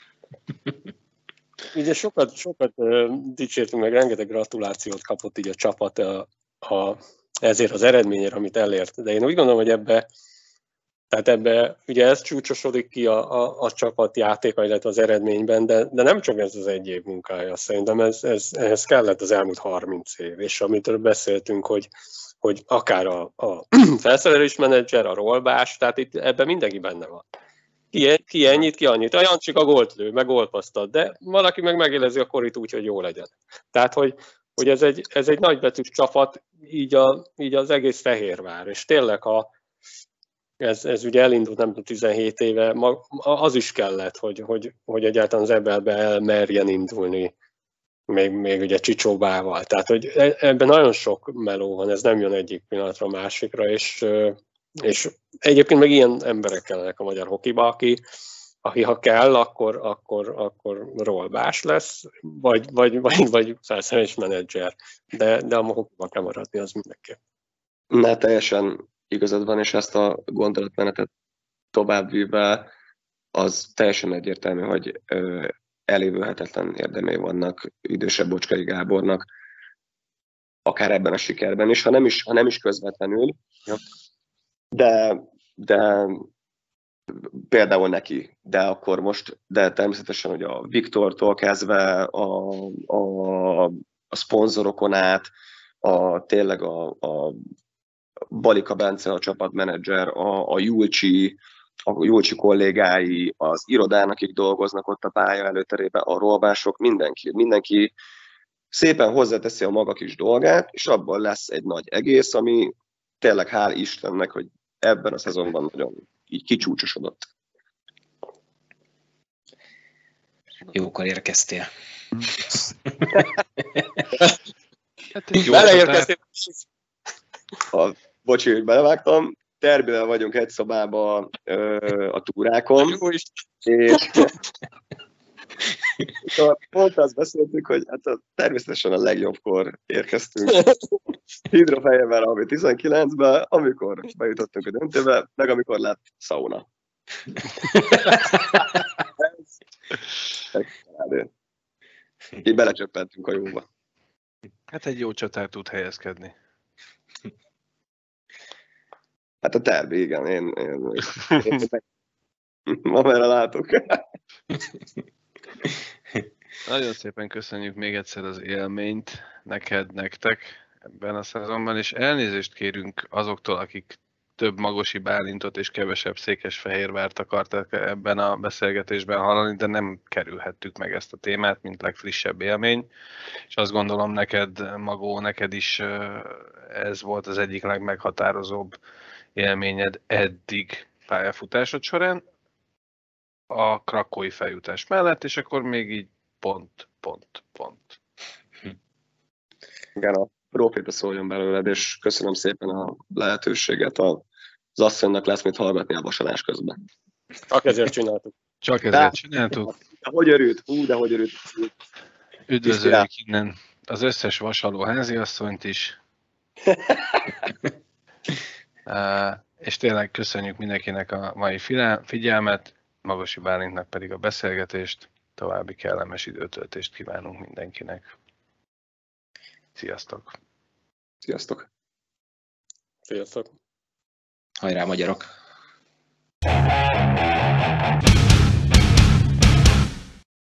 [SPEAKER 1] Ugye sokat, sokat uh, dicsértünk, meg rengeteg gratulációt kapott így a csapat a, a, ezért az eredményért, amit elért. De én úgy gondolom, hogy ebbe, tehát ebbe, ugye ez csúcsosodik ki a, a, a csapat játéka, illetve az eredményben, de, de nem csak ez az egy év munkája, szerintem ez, ez, ehhez kellett az elmúlt harminc év, és amitől beszéltünk, hogy, hogy akár a, a felszerelés menedzser, a rollbás, tehát itt ebben mindenki benne van. Ki, ki ennyit, ki annyit. A Jancsik a gólt lő, meg gólpasztat, de valaki meg megélezi a Korit úgy, hogy jó legyen. Tehát, hogy, hogy ez, egy, ez egy nagybetűs csapat, így, a, így az egész Fehérvár, és tényleg a Ez, ez ugye elindult, nem tudom, tizenhét éve, az is kellett, hogy, hogy, hogy egyáltalán az Ebelbe elmerjen indulni, még, még ugye Csicsóbával. Tehát, hogy ebben nagyon sok meló van, ez nem jön egyik pillanatra a másikra, és, és egyébként meg ilyen emberek kellenek a magyar hokiba, aki, aki ha kell, akkor, akkor, akkor rollbás lesz, vagy, vagy, vagy, vagy felszerelés menedzser, de, de a hokiba kell maradni, az mindenképp.
[SPEAKER 3] Na, teljesen igazad van, és ezt a gondolatmenetet továbbvíve az teljesen egyértelmű, hogy ö, elévülhetetlen érdemei vannak idősebb Bocskai Gábornak, akár ebben a sikerben is, ha nem is, ha nem is közvetlenül, de, de például neki, de akkor most, de természetesen, hogy a Viktortól kezdve a, a, a szponzorokon át, a, tényleg a, a Balika Bence, a csapatmenedzser, a, a Julcsi, a Julcsi kollégái, az irodán, akik dolgoznak ott a pálya előterében, a rollbások, mindenki, mindenki szépen hozzáteszi a maga kis dolgát, és abban lesz egy nagy egész, ami tényleg hál' Istennek, hogy ebben a szezonban nagyon így kicsúcsosodott.
[SPEAKER 4] Jókor érkeztél.
[SPEAKER 1] Hát beleérkeztél.
[SPEAKER 3] A, bocsi, hogy belevágtam, Terbivel vagyunk egy szobában ö, a túrákon, és pont azt beszéltük, hogy hát a, természetesen a legjobbkor érkeztünk Hidrofehérvárra, ami tizenkilencben, amikor bejutottunk a döntőbe, meg amikor lett szauna. Így belecsöppentünk a jóba.
[SPEAKER 2] Hát egy jó csatár tud helyezkedni.
[SPEAKER 3] Hát a Terbi, igen, én, én, én, én amerre látok.
[SPEAKER 2] Nagyon szépen köszönjük még egyszer az élményt neked, nektek ebben a szezonban, és elnézést kérünk azoktól, akik több Magosi Bálintot és kevesebb Székesfehérvárt akartak ebben a beszélgetésben hallani, de nem kerülhettük meg ezt a témát, mint legfrissebb élmény, és azt gondolom neked, Magó, neked is ez volt az egyik legmeghatározóbb élményed eddig pályafutásod során a krakói feljutás mellett, és akkor még így pont, pont, pont.
[SPEAKER 3] Igen, a profita szóljon belőled, és köszönöm szépen a lehetőséget. Az asszonynak lesz mit hallgatni a vasalás közben.
[SPEAKER 1] Csak ezért csináltuk.
[SPEAKER 2] Csak ezért csináltuk.
[SPEAKER 3] Hogy örült, hú, de hogy örült.
[SPEAKER 2] Üdvözöljük innen az összes vasaló háziasszonyt is. uh, és tényleg köszönjük mindenkinek a mai figyelmet, Magosi Bálintnak pedig a beszélgetést. További kellemes időtöltést kívánunk mindenkinek. Sziasztok!
[SPEAKER 3] Sziasztok!
[SPEAKER 1] Sziasztok!
[SPEAKER 4] Hajrá, magyarok!